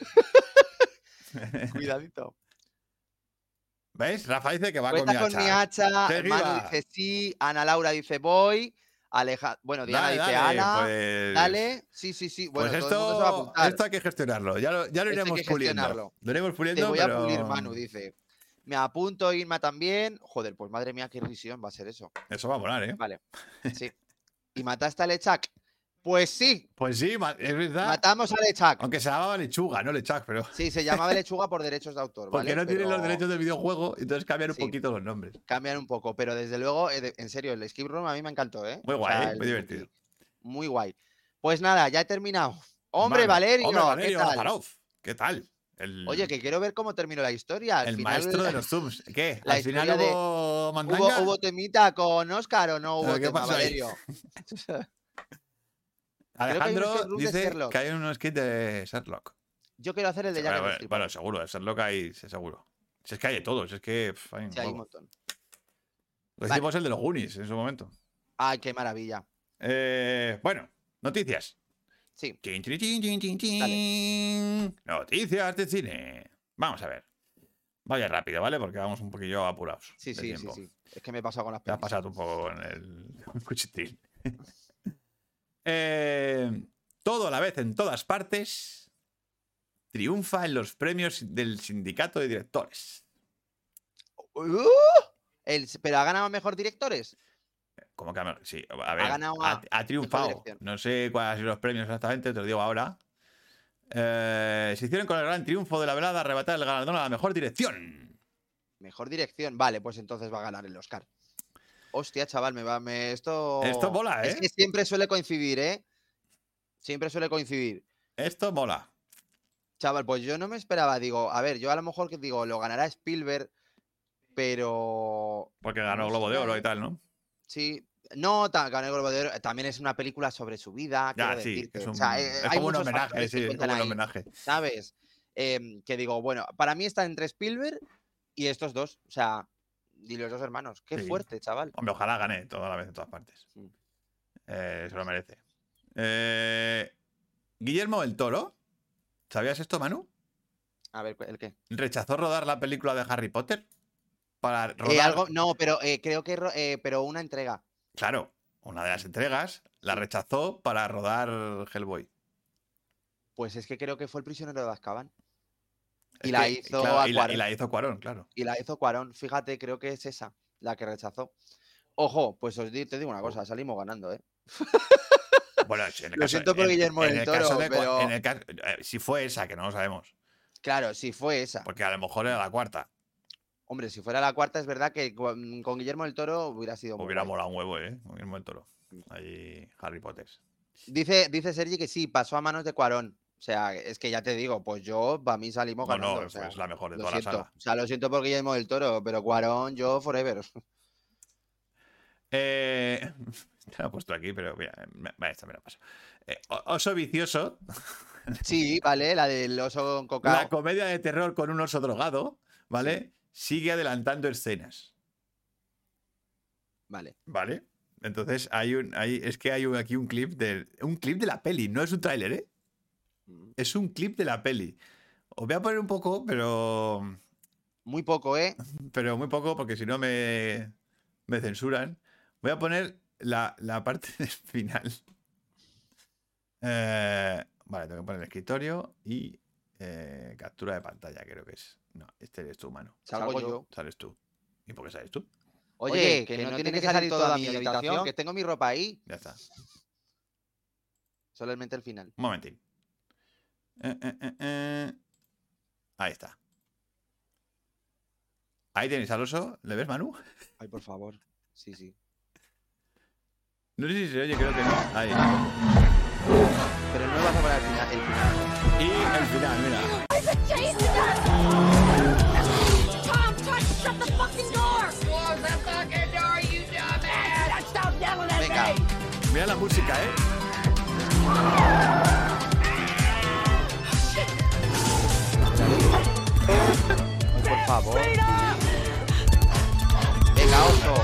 Cuidadito. ¿Veis? Rafa dice que va con Cuenta mi con mi hacha. hacha. Seguida. Manu dice sí. Ana Laura dice voy. Aleja... Bueno, Diana Dale, dice dale, ala. pues. Dale. Sí, sí, sí. Bueno, Pues todo el mundo se va a esto, apuntar. esto hay que gestionarlo. Ya lo, ya lo Esto hay iremos que puliendo. gestionarlo. Lo iremos Te puliendo, voy pero. a pulir, Manu, dice. Me apunto, Irma también. Joder, pues madre mía, qué risión va a ser eso. Eso va a volar, ¿eh? Vale. Sí. ¿Y mataste a Lechak? Pues sí. Pues sí, ma- es verdad. Matamos a Lechak. Aunque se llamaba lechuga, no lechak, pero. Sí, se llamaba lechuga por derechos de autor, Porque ¿vale? no tienen Pero los derechos del videojuego, entonces cambian un sí, poquito los nombres. cambian un poco, pero desde luego, eh, de- en serio, el escape room a mí me encantó, ¿eh? Muy O guay, sea, ¿eh? el Muy de divertido. Monkey. Muy guay. Pues nada, ya he terminado. ¡Hombre, Manu. Valerio! Hombre, ¿Qué Valerio tal? Lazarov. ¿Qué tal? El, Oye, que quiero ver cómo terminó la historia. Al el final, maestro de los zooms. ¿Qué? la ¿Al final historia de- hubo mandanga? ¿Hubo, ¿Hubo temita con Oscar o no hubo ¿Qué tema, pasó ahí? Valerio? Alejandro escape room de dice Sherlock. que hay un skate de Sherlock. Yo quiero hacer el de Sí, Jack bueno, el bueno, Destripador. bueno, seguro, de Sherlock hay, sí, seguro. Si es que hay de todos, es que pff, hay un Sí, hay un huevo. montón. Lo hicimos el de los Goonies en su momento. Ay, qué maravilla. Eh, bueno, noticias. Sí, Chin, chin, chin, chin, chin, chin. Noticias de cine. Vamos a ver. Vaya rápido, ¿vale? Porque vamos un poquillo apurados. sí, de sí, sí, tiempo. sí. Es que me he pasado con las Te has pelis. pasado un poco con el cuchitril. eh, todo a la vez en todas partes. Triunfa en los premios del sindicato de directores. ¡Uh! El- ¿Pero ha ganado mejor directores? ¿Cómo que ha- sí, a ver, ganado ha, a ha triunfado. dirección. No sé cuáles han sido los premios exactamente, te lo digo ahora. Eh, se hicieron con el gran triunfo de la velada arrebatar el galardón a la mejor dirección. Mejor dirección. Vale, pues entonces va a ganar el Oscar. Hostia, chaval, me va. Me, esto. Esto mola, ¿eh? Es que siempre suele coincidir, ¿eh? Siempre suele coincidir. Esto mola. Chaval, pues yo no me esperaba, digo, a ver, yo a lo mejor que digo, lo ganará Spielberg, pero... Porque ganó no Globo de sé, Oro y tal, ¿no? Sí, no, ta- ganó el Globo de Oro. También es una película sobre su vida, Ya, quiero sí, decirte. es, O un, sea, eh, es hay como un muchos homenaje, factores sí, que es cuentan como un ahí, homenaje. ¿sabes? Em, que digo, bueno, para mí está entre Spielberg y estos dos. O sea, y los dos hermanos. Qué Sí. fuerte, chaval. Hombre, ojalá gane toda la vez en todas partes. Mm. Eh, se lo merece. Eh, Guillermo del Toro, ¿sabías esto, Manu? A ver, ¿el qué? Rechazó rodar la película de Harry Potter para Eh, rodar. algo, no, pero eh, creo que ro- eh, pero una entrega. Claro, una de las entregas la Sí. rechazó para rodar Hellboy. Pues es que creo que fue El prisionero de Azkaban. Es Y la que, hizo claro, y, la, y Cuarón. la hizo Cuarón, claro. Y la hizo Cuarón. Fíjate, creo que es esa la que rechazó. Ojo, pues os di- te digo una cosa, salimos ganando, ¿eh? Bueno, en el Lo caso, siento por en, Guillermo en del el caso Toro, de. Cua- En pero el caso, eh, si fue esa, que no lo sabemos. claro, si fue esa. Porque a lo mejor era la cuarta. Hombre, si fuera la cuarta, es verdad que con con Guillermo del Toro hubiera sido muy Hubiera guay. molado un huevo, ¿eh? Guillermo del Toro. Ahí, Harry Potter. Dice, dice Sergi que sí, pasó a manos de Cuarón. O sea, es que ya te digo, pues yo, para mí salimos No, ganando. no, o sea, pues la mejor de lo toda la siento. saga. O sea, lo siento por Guillermo del Toro, pero Cuarón, yo forever. Eh, te lo he puesto aquí, pero mira, me- vale, esta me la paso. Eh, O- Oso Vicioso, Sí, vale, la del oso la cocao. comedia de terror con un oso drogado, ¿vale? Sigue adelantando escenas, Vale. ¿vale? Entonces hay un, hay, es que hay un- aquí un clip de, un clip de la peli, no es un tráiler, ¿eh? Mm. Es un clip de la peli. Os voy a poner un poco, pero, Muy poco, ¿eh? pero muy poco, porque si no me, me censuran. Voy a poner la, la parte del final. Eh, vale, tengo que poner el escritorio y eh, captura de pantalla, creo que es. No, este eres tú, mano. Salgo yo. Sales tú. ¿Y por qué sales tú? Oye, que, no tiene que salir toda mi habitación, que tengo mi ropa ahí. Ya está. Solamente el final. Un momentín. Eh, eh, eh, eh. Ahí está. Ahí tenéis al oso. ¿Le ves, Manu? Ay, por favor. Sí, sí. No sé si se oye, creo que no. Ahí. Pero no me vas a poner el final. El final. Y el final, mira. Tom, try to shut the fucking door! Close the fucking door, you dumbass! Stop yelling at Venga. me! Mira la música, ¿eh? Ay, por favor. Venga, oso.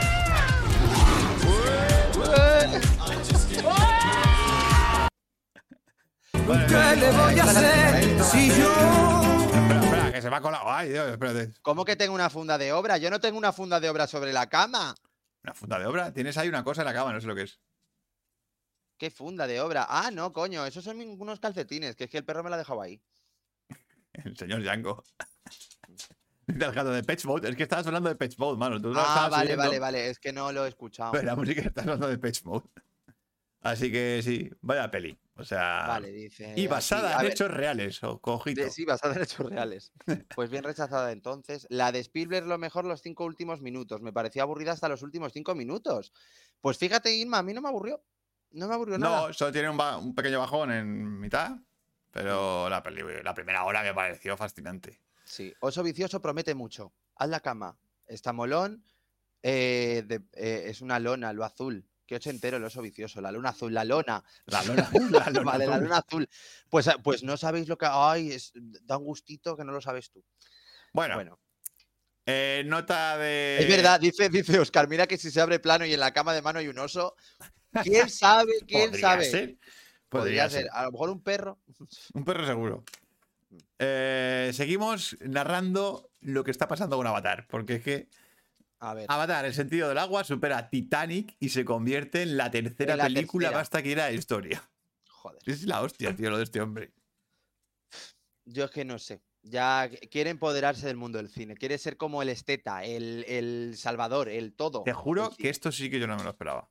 ¿Qué le voy a hacer si yo...? Espera, espera, que se me ha colado. Ay, Dios, espérate. ¿Cómo que tengo una funda de obra? Yo no tengo una funda de obra sobre la cama. ¿Una funda de obra? Tienes ahí una cosa en la cama, no sé lo que es. ¿Qué funda de obra? Ah, no, coño, esos son unos calcetines, que es que el perro me lo ha dejado ahí. El señor Django. Dice el gato de Pet Mode. Es que estabas hablando de Pet Mode, mano. Tú no lo Ah, estabas vale, oyendo, vale, vale, es que no lo he escuchado. pero la música está hablando de Pet Mode. Así que sí, vaya peli. O sea. Vale, dice. Y aquí, basada a en ver, hechos reales, o cojito. de- sí, basada en hechos reales. Pues bien rechazada entonces. La de Spielberg, lo mejor los cinco últimos minutos. Me pareció aburrida hasta los últimos cinco minutos. Pues fíjate, Inma, a mí no me aburrió. No me aburrió nada. No, solo tiene un, ba- un pequeño bajón en mitad. Pero la, peli, la primera hora me pareció fascinante. Sí, Oso Vicioso promete mucho. Haz la cama. Está molón. eh, de- eh, es una lona, lo azul. Qué ochentero el Oso Vicioso. La luna azul, la lona. La lona, la lona Vale, la azul. luna azul. Pues, ah, pues no sabéis lo que. Ay, es- da un gustito que no lo sabes tú. Bueno, Bueno, eh, nota de. es verdad, dice, dice Oscar, mira que si se abre plano y en la cama de mano hay un oso. ¿Quién sabe? ¿Quién Podría sabe? ser. Podría Podría ser. ser. A lo mejor un perro. Un perro seguro. Eh, seguimos narrando lo que está pasando con Avatar. Porque es que A ver. Avatar, el sentido del agua, supera a Titanic y se convierte en la tercera En la película tercera. más taquillera de la historia. Joder. Es la hostia, tío, lo de este hombre. Yo es que no sé. Ya quiere empoderarse del mundo del cine. Quiere ser como el esteta, el, el salvador, el todo. Te juro del que cine. esto sí que yo no me lo esperaba.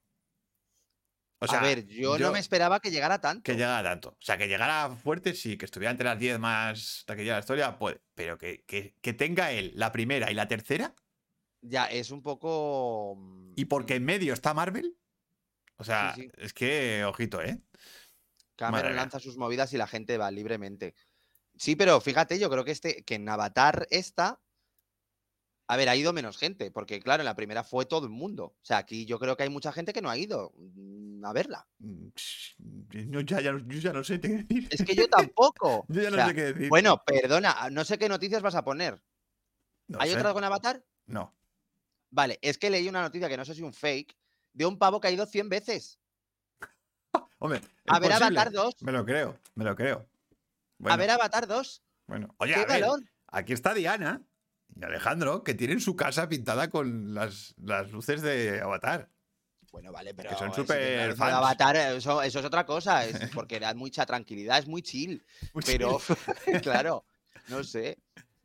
O sea, a ver, yo, no me esperaba que llegara tanto. Que llegara tanto. O sea, que llegara fuerte, sí, que estuviera entre las diez más taquilleras de la historia, puede. Pero que, que, que tenga él la primera y la tercera, Ya, es un poco. mm, y porque en medio está Marvel. O sea, Sí, sí. es que, ojito, ¿eh? Madre Cameron mía. lanza sus movidas y la gente va libremente. Sí, pero fíjate, yo creo que este, que en Avatar esta A ver, ha ido menos gente, porque claro, en la primera fue todo el mundo. O sea, aquí yo creo que hay mucha gente que no ha ido mm, a verla. Mm, psh, no, ya, ya, no- yo ya no sé qué decir. Es que yo tampoco. Yo ya O no sea, sé qué decir. bueno, perdona, no sé qué noticias vas a poner. No ¿Hay sé. otra con Avatar? No. Vale, es que leí una noticia que no sé si un fake, de un pavo que ha ido cien veces Hombre, ¿es a ver posible? Avatar dos. Me lo creo, me lo creo. A Bueno, ver Avatar dos. bueno. Oye, ¡Qué a ver, valor! aquí está Diana y Alejandro, que tienen su casa pintada con las, las luces de Avatar. Bueno, vale, pero Que son si súper tiene la luz de fans. Avatar, eso, eso es otra cosa, es porque da mucha tranquilidad, es muy chill. Muy Pero, chill. claro, no sé.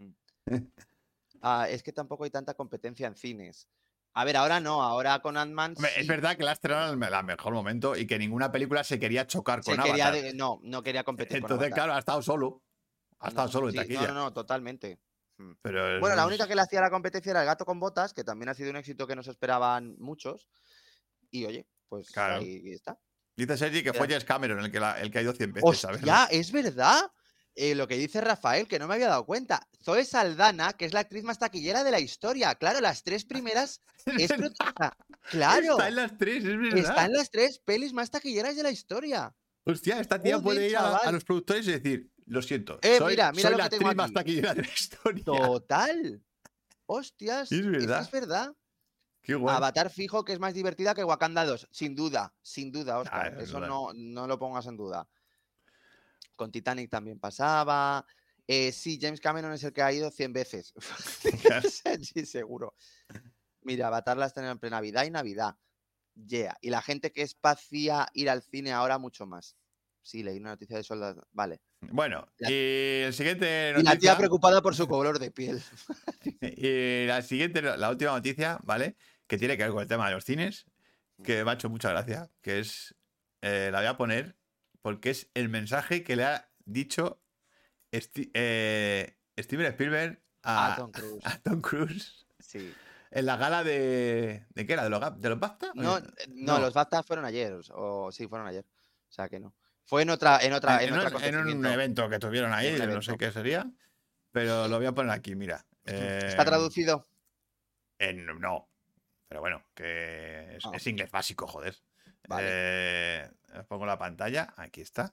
Ah, es que tampoco hay tanta competencia en cines. A ver, ahora no, ahora con Ant-Man Hombre, es sí verdad que la estrenaron al mejor momento y que ninguna película se quería chocar se con quería Avatar. de- no, no quería competir con Entonces, Avatar. claro, ha estado solo. Ha estado No, solo en sí, taquilla. no, no, no, totalmente. Mm. Pero Bueno, la es- única que le hacía la competencia era El gato con botas, que también ha sido un éxito que no se esperaban muchos. Y oye, pues Claro. ahí está. Dice Sergi que fue Era- James Cameron el que, la- el que ha ido cien veces a verlo. ¡Hostia! Es verdad. Eh, lo que dice Rafael, que no me había dado cuenta. Zoe Saldana, que es la actriz más taquillera de la historia. Claro, las tres primeras es verdad. prota- Claro, Está en las tres, es verdad. está en las tres pelis más taquilleras de la historia. Hostia, esta tía Joder, puede ir a, chaval. a los productores y decir, lo siento, Eh, soy, mira, mira soy lo la que tengo actriz más aquí. taquillera de la historia. Total. Hostias, Es es que verdad. es verdad. Qué guay. Avatar fijo que es más divertida que Wakanda dos, sin duda, sin duda, Oscar. Ah, es Eso verdad. no, no lo pongas en duda. Con Titanic también pasaba. Eh, sí, James Cameron es el que ha ido cien veces. Sí, seguro. Mira, Avatar la estrenan en plena Navidad y Navidad. Yeah. Y la gente que espacia ir al cine ahora mucho más. Sí, leí una noticia de eso. la- Vale. Bueno, La- y el siguiente Y la tía noticia. preocupada por su color de piel. Y la siguiente, la última noticia, ¿vale? Que tiene que ver con el tema de los cines, que me ha hecho mucha gracia, que es, eh, la voy a poner porque es el mensaje que le ha dicho Sti- eh, Steven Spielberg a, A Tom Cruise. a Tom Cruise Sí. en la gala de... ¿De qué era? ¿De los, Ga- de los BAFTA? No, Eh, eh, no, los BAFTA fueron ayer. O sí, fueron ayer. O sea que no. Fue en otra, en otra, en, en, otro un, en un acontecimiento. evento que tuvieron ahí, En un no evento. sé qué sería, pero lo voy a poner aquí, mira. ¿Está Eh, traducido? en- no, pero bueno, que es, Ah. es inglés básico, joder. Vale. Eh, os pongo la pantalla, aquí está.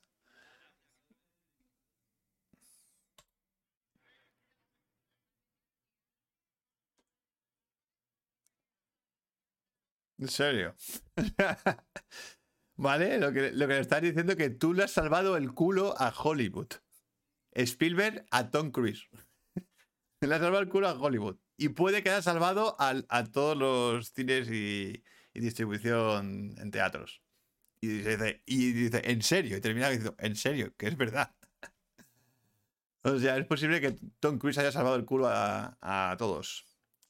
En serio. Vale, lo que, lo que le estás diciendo es que tú le has salvado el culo a Hollywood. Spielberg a Tom Cruise. Le has salvado el culo a Hollywood. Y puede que haya salvado al- a todos los cines y, y distribución en teatros. Y dice, y dice, en serio. Y termina diciendo, en serio, que es verdad. O sea, es posible que Tom Cruise haya salvado el culo a, a todos.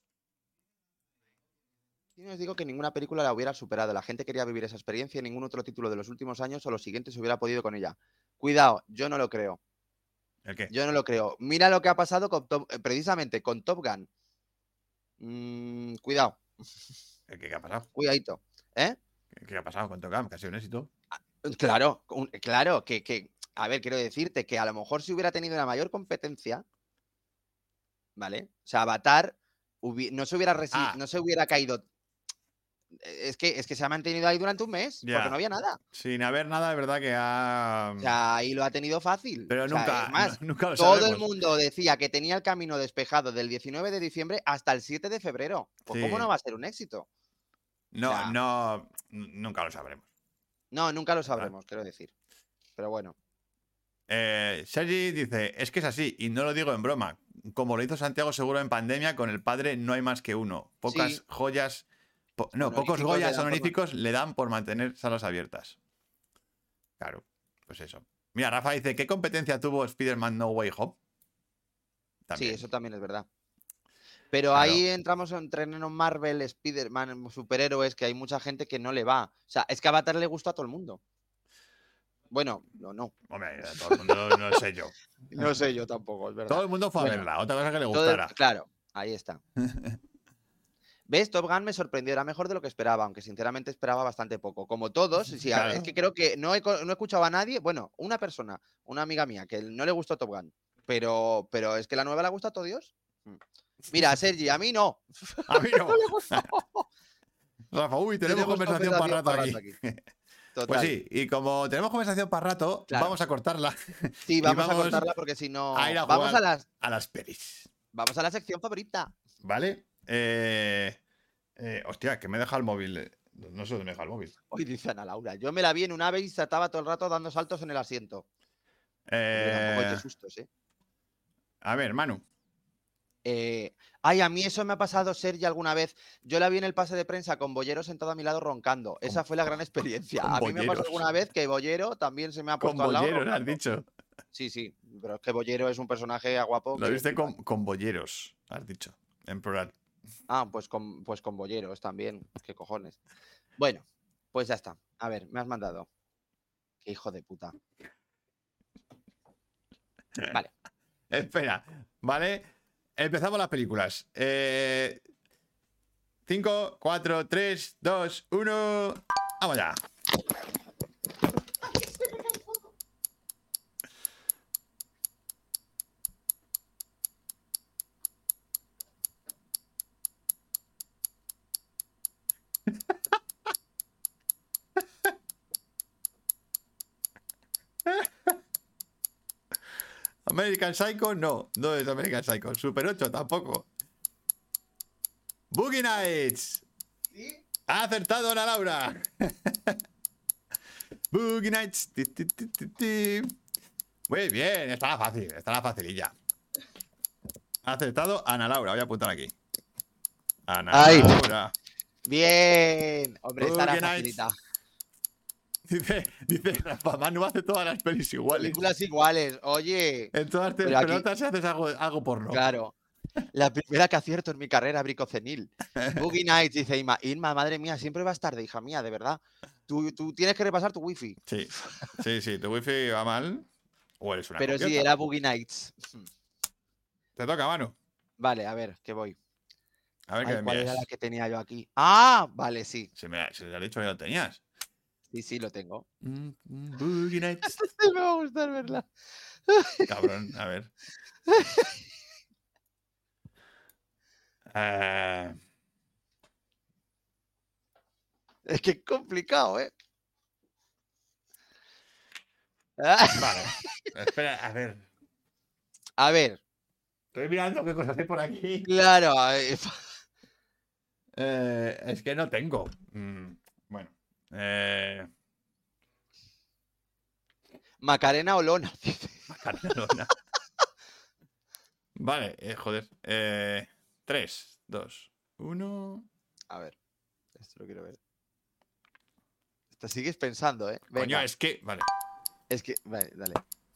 Yo os digo que ninguna película la hubiera superado. La gente quería vivir esa experiencia y ningún otro título de los últimos años o los siguientes hubiera podido con ella. Cuidado, yo no lo creo. ¿El qué? Yo no lo creo. Mira lo que ha pasado con Top- eh, precisamente con Top Gun. Mm, cuidado, ¿El qué, qué ha pasado? cuidadito. ¿Eh? ¿Qué, qué ha pasado con Top Gun? Que ha sido un éxito. Claro, un- claro, que, que, a ver, quiero decirte que a lo mejor si hubiera tenido una mayor competencia, ¿vale? O sea, Avatar hubi- no se hubiera resi- Ah. no se hubiera caído. Es que, es que se ha mantenido ahí durante un mes, Ya. porque no había nada. Sin haber nada, de verdad que ha... O sea, ahí lo ha tenido fácil. Pero O sea, nunca, es más, nu- nunca lo todo sabremos. el mundo decía que tenía el camino despejado del diecinueve de diciembre hasta el siete de febrero. Pues Sí. ¿cómo no va a ser un éxito? No, o sea- no, n- nunca lo sabremos. No, nunca lo sabremos, quiero decir. Pero bueno. Eh, Sergi dice, es que es así, y no lo digo en broma. Como lo hizo Santiago Seguro en pandemia, con el padre no hay más que uno. Pocas Sí. joyas, po- no, pocos Honoríficos le Goyas dan por honoríficos le dan por mantener salas abiertas. Claro, pues eso. Mira, Rafa dice, ¿qué competencia tuvo Spider-Man No Way Home? También. Sí, eso también es verdad. Pero Claro. ahí entramos en terreno Marvel, Spider-Man, superhéroes, que hay mucha gente que no le va. O sea, es que Avatar le gusta a todo el mundo. Bueno, no, no. Hombre, a todo el mundo no sé yo. No sé yo tampoco, es verdad. Todo el mundo fue a Bueno, verla, otra cosa que le Todo el- gustara. claro, ahí está. ¿Ves? Top Gun me sorprendió, era mejor de lo que esperaba, aunque sinceramente esperaba bastante poco. Como todos, sí, a- Claro. es que creo que no he, co- no he escuchado a nadie, bueno, una persona, una amiga mía, que no le gustó Top Gun, pero, pero es que la nueva le gusta a todo Dios. Mira, Sergi, a mí no. A mí no. No le gustó. Rafa, uy, tenemos, Tenemos conversación, para rato para aquí. rato aquí. Total. Pues sí, y como tenemos conversación para rato, Claro. vamos a cortarla. Sí, y vamos, a vamos cortarla porque si no. a ir a vamos jugar a las. a las pelis. Vamos a la sección favorita. ¿Vale? Eh, eh, hostia, que me deja el móvil. eh, No sé dónde me deja el móvil. Hoy dice Ana Laura. Yo me la vi en un ave y estaba todo el rato dando saltos en el asiento. Hombre, tampoco hay Eh, que sustos, ¿eh? a ver, Manu. Eh, Ay, a mí eso me ha pasado, Sergi, alguna vez. Yo la vi en el pase de prensa con Bollero sentado a mi lado roncando. Esa fue la gran experiencia. con A mí me ha pasado Bolleros. alguna vez que Bollero también se me ha Con puesto al lado. bolleros, has roncando. dicho. Sí, sí, pero es que Bollero es un personaje guapo. Lo que viste flipas. con, con bolleros, has dicho. En plural. Ah, pues con, pues con Bolleros también. ¿Qué cojones? Bueno, pues ya está. A ver, me has mandado. Qué hijo de puta. Vale. Espera, ¿vale? Empezamos las películas. Eh, cinco, cuatro, tres, dos, uno. ¡Vamos ya! American Psycho, no, no es American Psycho. Super ocho tampoco. Boogie Nights. Ha acertado Ana Laura. Boogie Nights. Ti, ti, ti, ti, ti. Muy bien, estaba fácil, estaba facililla. Ha acertado Ana Laura, voy a apuntar aquí. Ana Ay. Laura. Bien. Hombre, esta era Boogie Nights. facilita. Dice, dice Rafa, Manu hace todas las pelis iguales. Películas iguales. Oye, En todas tus Pero aquí- pelotas haces algo, algo porno. claro. La primera que acierto en mi carrera bricocenil. Boogie Nights, dice Inma. Inma, madre mía, siempre vas tarde, hija mía, de verdad. Tú, tú tienes que repasar tu wifi. Sí, sí, sí, tu wifi va mal. O eres una Pero sí, copiota. era Boogie Nights. Te toca, Manu. Vale, a ver, que voy. A ver Ay, qué me ¿cuál era envías. la que tenía yo aquí? Ah, vale, sí. Si me, si te has dicho que lo tenías. Sí, sí, lo tengo. Mm, mm, Boogie Nights. Sí, me va a gustar verla. Cabrón, a ver. Eh, Es que es complicado, ¿eh? Ah, vale. Espera, a ver. A ver, Estoy mirando qué cosas hay por aquí. claro. eh, Eh, es que no tengo. Mm, bueno. Eh, Macarena Olona, dice. Macarena. Vale, eh, joder. Eh, tres, dos, uno. A ver, esto lo quiero ver. Esto sigues pensando, ¿eh? Coño, Venga, es que. Vale. es que. Vale, dale.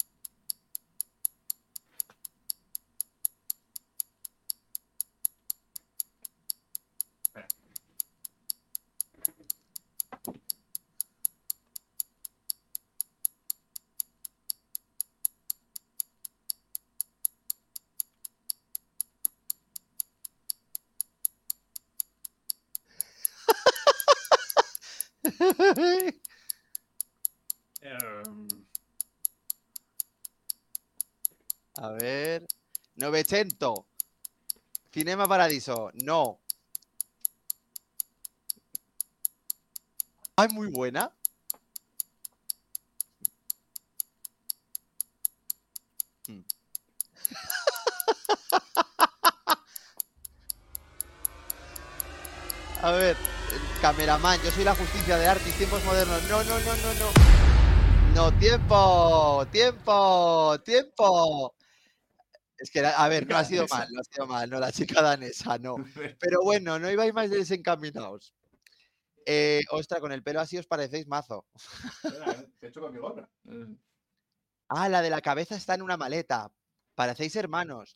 A ver. Novecento. Cinema Paradiso. No. Ay, muy buena. Hmm. A ver, el cameraman, yo soy la justicia de Artis, tiempos modernos. No, no, no, no, no. No, tiempo, tiempo, tiempo. Es que, a ver, no ha sido mal, no ha sido mal, no, la chica danesa, no. Pero bueno, no ibais más desencaminados. Eh, ostra, con el pelo así os parecéis mazo. ¿Qué he hecho con mi gorra? Ah, la de la cabeza está en una maleta. Parecéis hermanos.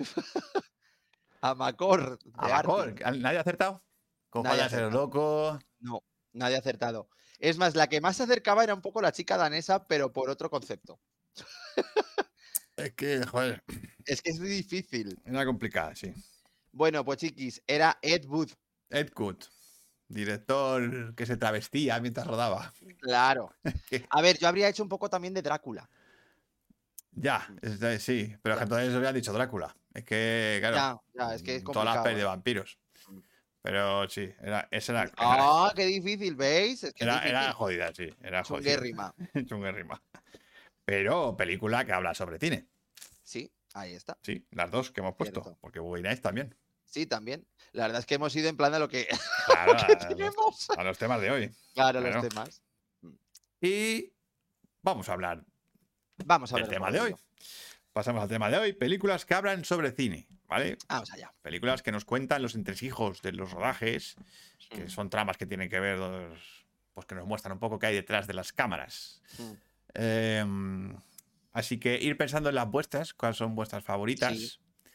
Amacor. de Abacor, Artis. ¿nadie ha acertado? Con Nadie ha fallas el acertado. loco. No, nadie ha acertado. Es más, la que más se acercaba era un poco la chica danesa, pero por otro concepto. Es que, joder, Es que es muy difícil. era complicada, sí. Bueno, pues chiquis, era Ed Wood. Ed Wood, director que se travestía mientras rodaba. Claro. A ver, yo habría hecho un poco también de Drácula. Ya, es de- sí, pero es que entonces habían dicho Drácula. Es que, claro, Ya, ya, es que es todas las complicado. pelis de ¿eh? vampiros. Pero sí, era, esa era, era, Ah, qué difícil, ¿veis? Es que es era, era difícil. jodida, sí. Era jodida. Chunguérrima. Chunguérrima. Pero película que habla sobre cine. Sí, ahí está. Sí, las dos que hemos puesto. Cierto. Porque Boogie Nights también. Sí, también. La verdad es que hemos ido en plan de lo que, Claro, que a, los, tenemos. a los temas de hoy. Claro, Claro. los temas. Y vamos a hablar Vamos a del ver. tema de hoy. Pasamos al tema de hoy. Películas que hablan sobre cine, ¿vale? Vamos allá. Películas que nos cuentan los entresijos de los rodajes, que Mm. son tramas que tienen que ver, pues que nos muestran un poco qué hay detrás de las cámaras. Mm. Eh, así que ir pensando en las vuestras, cuáles son vuestras favoritas. Sí.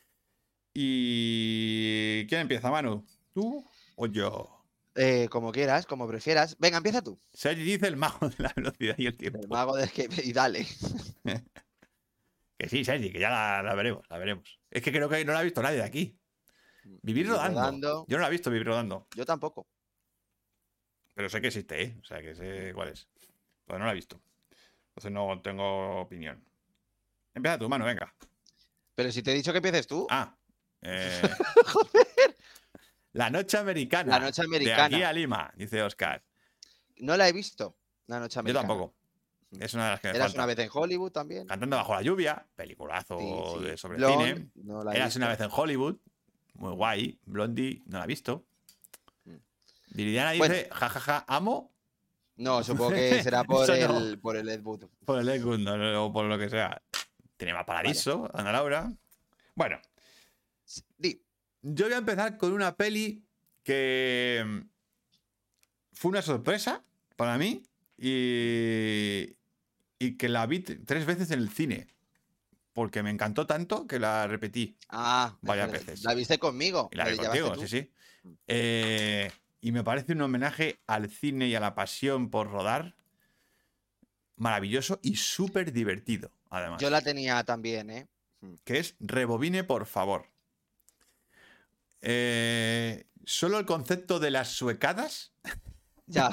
Y ¿quién empieza, Manu? ¿Tú o yo? Eh, como quieras, como prefieras. Venga, empieza tú. Sergi dice el mago de la velocidad y el tiempo. El mago del que... Y dale. Que sí, Sergi, que ya la, la veremos, la veremos. Es que creo que no la ha visto nadie de aquí. Vivir rodando. rodando. Yo no la he visto Vivir rodando. Yo tampoco. Pero sé que existe, ¿eh? O sea, que sé cuál es. Pero no la he visto. Entonces no tengo opinión. Empieza tú, mano, venga. Pero si te he dicho que empieces tú. Ah. Eh, Joder. La noche americana. La noche americana. De aquí a Lima, dice Oscar. No la he visto. La noche Yo americana. tampoco. Es una de las que me Eras falta. una vez en Hollywood también. Cantando bajo la lluvia, peliculazo Sí, sí. de sobre Blonde, cine. no la he Eras visto. una vez en Hollywood, muy guay. Blondie, no la he visto. Mm. Viridiana dice, Bueno. jajaja, amo No, supongo que será por Eso no. el, por el Ed Wood. por el Ed Wood, no, o por lo que sea. Cinema Paradiso, Ana Laura. Bueno, Di. yo voy a empezar con una peli que mm, fue una sorpresa para mí y, y que la vi t- tres veces en el cine. Porque me encantó tanto que la repetí. Ah, Varias la- veces. La viste conmigo. Y la vi llevaste contigo, tú. sí, sí. Eh, y me parece un homenaje al cine y a la pasión por rodar maravilloso y súper divertido, además. Yo la tenía también, ¿eh? Que es Rebobine, por favor. Eh, solo el concepto de las suecadas, Ya.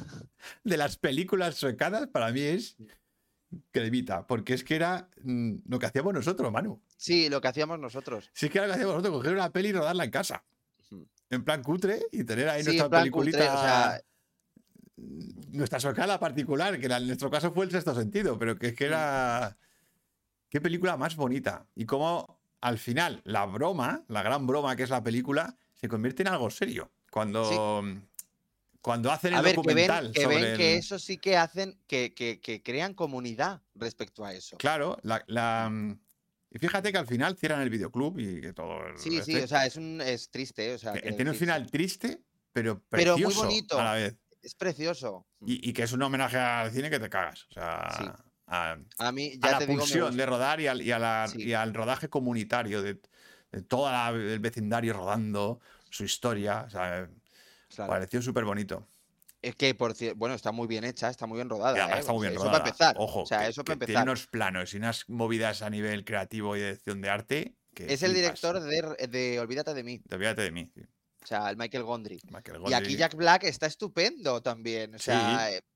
de las películas suecadas, para mí es cremita. Porque es que era mm, lo que hacíamos nosotros, Manu. Sí, lo que hacíamos nosotros. Si es que era lo que hacíamos nosotros, coger una peli y rodarla en casa. Ujú. En plan cutre y tener ahí Sí, nuestra en plan peliculita. cutre, o sea, Nuestra suecada particular, que en nuestro caso fue el sexto sentido, pero que es que era. Qué película más bonita. Y cómo al final la broma, la gran broma que es la película, se convierte en algo serio. Cuando, cuando hacen el a ver, que ven, documental que, sobre ven que el- eso sí que hacen, que, que, que crean comunidad respecto a eso. Claro, la, la- y fíjate que al final cierran el videoclub y que todo. el Sí, sí, este- o sea, es, un, es triste, o sea, que quiero tiene un decir, final triste, pero Pero muy precioso bonito. a la vez. es precioso. Y, y que es un homenaje al cine que te cagas. O sea, Sí. a, A mí, a ya la te digo, me pulsión gusta. de rodar y al, y a la- Sí. y al rodaje comunitario, de, de todo el vecindario rodando, su historia. O sea, Claro. pareció súper bonito. Es que, por cierto, bueno, está muy bien hecha, está muy bien rodada. Y además ¿eh? está muy O sea, bien eso rodada. para empezar. Ojo, o sea, que- eso que para tiene empezar. unos planos y unas movidas a nivel creativo y de dirección de arte. Que Es el flipas. director de, de Olvídate de mí. Te olvídate de mí. sí. O sea, el Michael Gondry. Michael Y aquí Gondry. Jack Black está estupendo también. O sea, eh,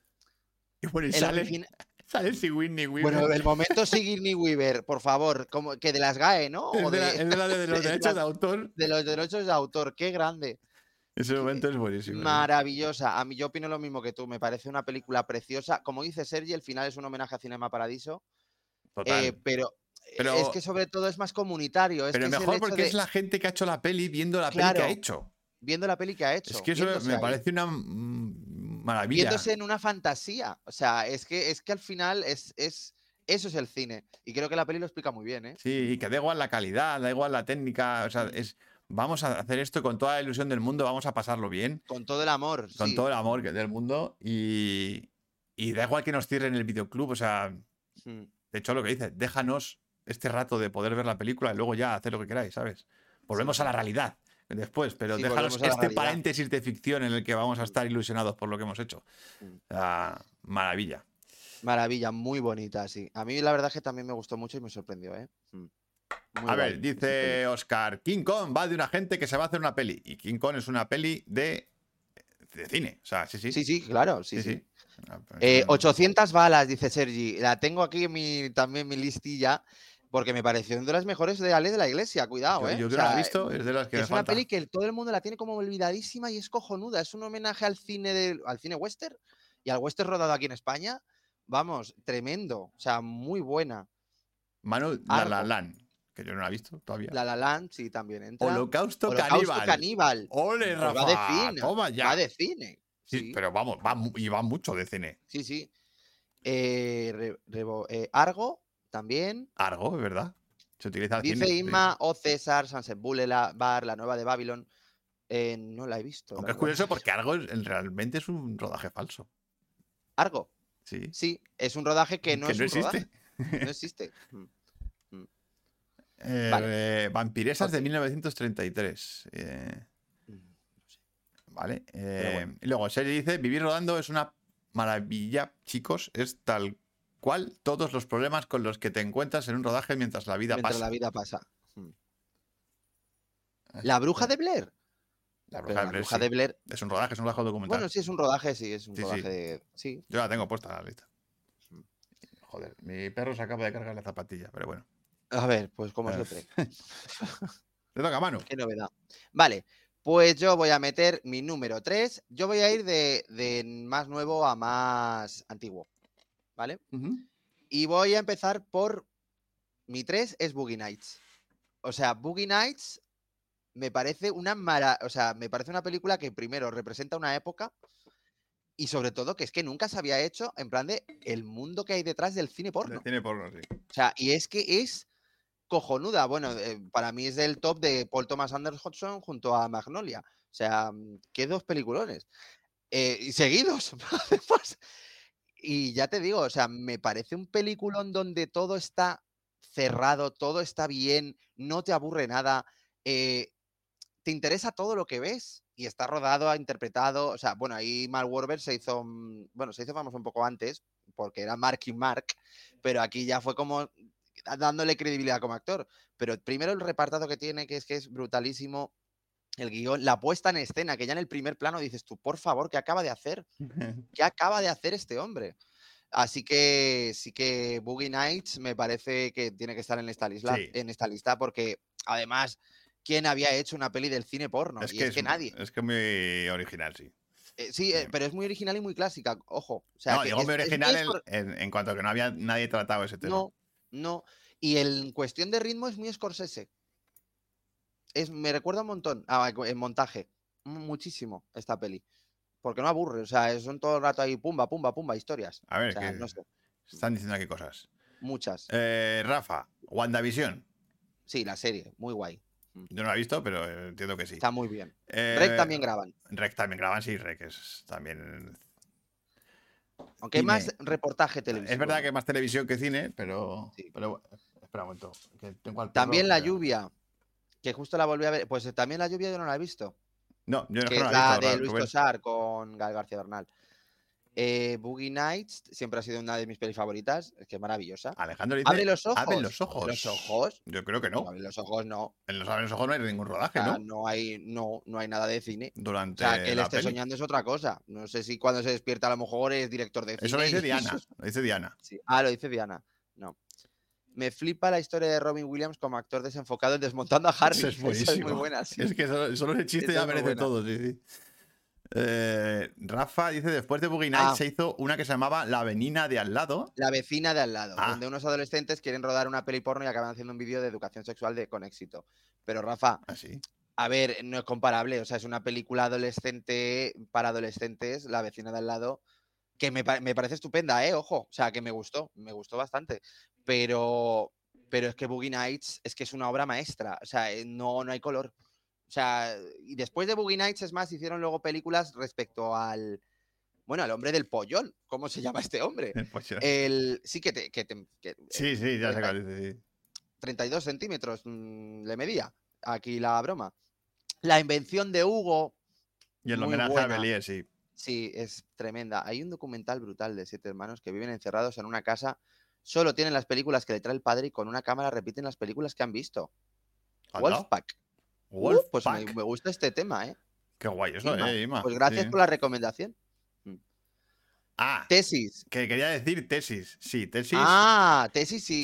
Y bueno, y el sale, origin- sale Sigourney Weaver. bueno, el momento Sigourney Weaver, por favor, como que de las G A E, ¿no? es, O de la, de, es de la de los de derechos las- de autor. de los derechos de autor, qué grande. Ese momento es buenísimo. Maravillosa. A mí yo opino lo mismo que tú. Me parece una película preciosa. Como dice Sergi, el final es un homenaje a Cinema Paradiso. Total. eh, pero, Pero- es que sobre todo es más comunitario. Es Pero que es el mejor hecho porque de- es la gente que ha hecho la peli viendo la peli Claro, que ha hecho. viendo la peli que ha hecho. Es que eso viéndose me ahí, parece una mm, maravilla. viéndose en una fantasía. O sea, es que, es que al final es, es eso es el cine. Y creo que la peli lo explica muy bien, ¿eh? Sí, y que da igual la calidad, da igual la técnica. O sea, Mm. es vamos a hacer esto con toda la ilusión del mundo, vamos a pasarlo bien, Con todo el amor. con sí. todo el amor que- del mundo. Y, y da igual que nos cierren el videoclub. O sea, Mm. de hecho, lo que dice, déjanos este rato de poder ver la película y luego ya hacer lo que queráis, ¿sabes? Volvemos Sí. a la realidad después, pero Sí, déjanos volvemos a la este realidad. paréntesis de ficción en el que vamos a Mm. estar ilusionados por lo que hemos hecho. Mm. O sea, maravilla. Maravilla, muy bonita, sí. A mí la verdad es que también me gustó mucho y me sorprendió, ¿eh? Mm. Muy A guay, ver, esa dice peli. Oscar, King Kong va de una gente que se va a hacer una peli. Y King Kong es una peli de, de cine. O sea, sí, sí. Sí, sí, claro, sí, Sí, sí. sí. Ah, pues, Eh, mm, ochocientas balas, dice Sergi. La tengo aquí en mi, también en mi listilla. Porque me pareció una de las mejores de Ale de la Iglesia, cuidado, Yo, ¿eh? yo O que no la he sea, visto, es de las que me es una falta. peli que todo el mundo la tiene como olvidadísima y es cojonuda. Es un homenaje al cine, de, al cine western y al western rodado aquí en España. Vamos, tremendo. O sea, muy buena. Manu, La La Argo. Land, que yo no la he visto todavía. La La Land, sí, también entra. Holocausto, Holocausto Caníbal. Caníbal. ¡Ole, Pues Rafa! va de cine. Toma ya. Va de cine. Sí, Sí, pero vamos, va, mu- y va mucho de cine. sí, sí. Eh, re- rebo- eh, Argo, también. Argo, es verdad. Se utiliza el Dice cine. sí. Inma, O César, Sunset Boulevard, la nueva de Babylon. Eh, no la he visto. Aunque la es nueva de curioso porque Argo es- realmente es un rodaje falso. Argo. Sí. Sí, es un rodaje que no Que es no un existe. rodaje. No existe. Mm. Eh, Vale. eh, Vampiresas de Ok. mil novecientos treinta y tres. Eh, Mm. vale. eh, bueno. Y luego, Seri dice: Vivir rodando es una maravilla, chicos. Es tal cual todos los problemas con los que te encuentras en un rodaje mientras la vida Mientras pasa. la vida pasa. Mm. Así La que, bruja de Blair. La Pero bruja la de Blair, bruja sí. de Blair. Es un rodaje, es un rodaje documental. Bueno, sí, es un rodaje, sí, es un Sí, sí. rodaje de. Sí. Yo la tengo puesta en la lista. Mm. Joder, mi perro se acaba de cargar la zapatilla, pero bueno. A ver, pues como Eh. siempre. Te toca, mano. Qué novedad. Vale, pues yo voy a meter mi número tres. Yo voy a ir de, de más nuevo a más antiguo. ¿Vale? Y voy a empezar por. Mi tres es Boogie Nights. O sea, Boogie Nights me parece una mara... O sea, me parece una película que primero representa una época y sobre todo que es que nunca se había hecho en plan de el mundo que hay detrás del cine porno. Tiene porno, sí. O sea, y es que es cojonuda. Bueno, eh, para mí es del top de Paul Thomas Anderson junto a Magnolia. O sea, mm, qué dos peliculones. Eh, y seguidos. Además. Y ya te digo, o sea, me parece un peliculón donde todo está cerrado, todo está bien, no te aburre nada, eh, te interesa todo lo que ves y está rodado, interpretado. O sea, bueno, ahí Mark Wahlberg se hizo, mm, bueno, se hizo famoso un poco antes porque era Marky Mark, pero aquí ya fue como dándole credibilidad como actor. Pero primero el repartazo que tiene, que es que es brutalísimo. El guión, la puesta en escena, que ya en el primer plano dices tú, por favor, ¿qué acaba de hacer? ¿Qué acaba de hacer este hombre? Así que sí que Boogie Nights me parece que tiene que estar en esta lista, Sí. en esta lista porque además, ¿quién había hecho una peli del cine porno? Es y que es que nadie. Es que muy original, sí. Eh, sí, eh, Sí. pero es muy original y muy clásica, ojo. O sea, No, que digo es- muy es muy original en, escor- en- en cuanto a que no había nadie tratado ese tema. No, no. Y en cuestión de ritmo es muy Scorsese. Es, me recuerda un montón a- en montaje. Muchísimo esta peli. Porque no aburre. O sea, son todo el rato ahí, pumba, pumba, pumba, historias. A ver, O sea, que no sé. están diciendo aquí cosas. Muchas. Eh, Rafa, WandaVision. Sí, la serie, muy guay. Yo no la he visto, pero eh, entiendo que sí. Está muy bien. Eh, Rec también graban. Rec también graban, sí, Rec es también. Aunque hay cine. más reportaje televisivo. Es verdad ¿no? que es más televisión que cine, pero. Sí. pero espera un momento. Que tengo al perro, También La pero- Lluvia, que justo la volví a ver. Pues eh, también La Lluvia yo no la he visto. No, yo no, Que que es no la la he visto. de Luis Rubén. Tosar con Gal García Bernal. Eh, Boogie Nights siempre ha sido una de mis pelis favoritas. Es que es maravillosa. Alejandro dice. Abre los ojos. Abre los ojos. Los ojos. Yo creo que No, no. abre los ojos no. En los Abre los ojos no hay ningún O rodaje, sea, ¿no? no hay, no, no hay nada de cine. O Durante sea, que él la esté peli. soñando es otra cosa. No sé si cuando se despierta a lo mejor es director de cine. Eso lo dice y- Diana. Lo dice Diana. Sí. Ah, lo dice Diana. No. Me flipa la historia de Robin Williams como actor desenfocado en Desmontando a Harry. Eso es Esa muy buenísimo. buena, sí. Es que solo, solo ese chiste Esa ya es muy merece buena. todo, sí, sí. Eh, Rafa dice, después de Boogie Nights Ah. se hizo una que se llamaba La Venina de al lado. La vecina de al lado, Ah. donde unos adolescentes quieren rodar una peli porno y acaban haciendo un vídeo de educación sexual de, con éxito. Pero Rafa, Así. a ver, no es comparable. O sea, es una película adolescente para adolescentes, La vecina de al lado, que me, pa- me parece estupenda, ¿eh? Ojo. O sea, que me gustó, me gustó bastante. Pero, pero es que Boogie Nights es que es una obra maestra. O sea, eh, no, no hay color. O sea, y después de Boogie Nights, es más, hicieron luego películas respecto al. Bueno, al hombre del pollón. ¿Cómo se llama este hombre? Pues yo- El. Sí, que te. Que te- que- sí, sí, ya sé treinta cuál dice, sí. treinta y dos centímetros mm, le medía. Aquí la broma. La invención de Hugo. Y el Muy homenaje buena. a Belier, sí. Sí, es tremenda. Hay un documental brutal de siete hermanos que viven encerrados en una casa. Solo tienen las películas que le trae el padre y con una cámara repiten las películas que han visto. Anda. Wolfpack. Uh, Wolfpack. pues me, me gusta este tema, ¿eh? Qué guay eso, Ima. eh, Ima. Pues gracias Sí. por la recomendación. Ah, Tesis. que quería decir tesis. Sí, tesis. Ah, tesis sí. Sí.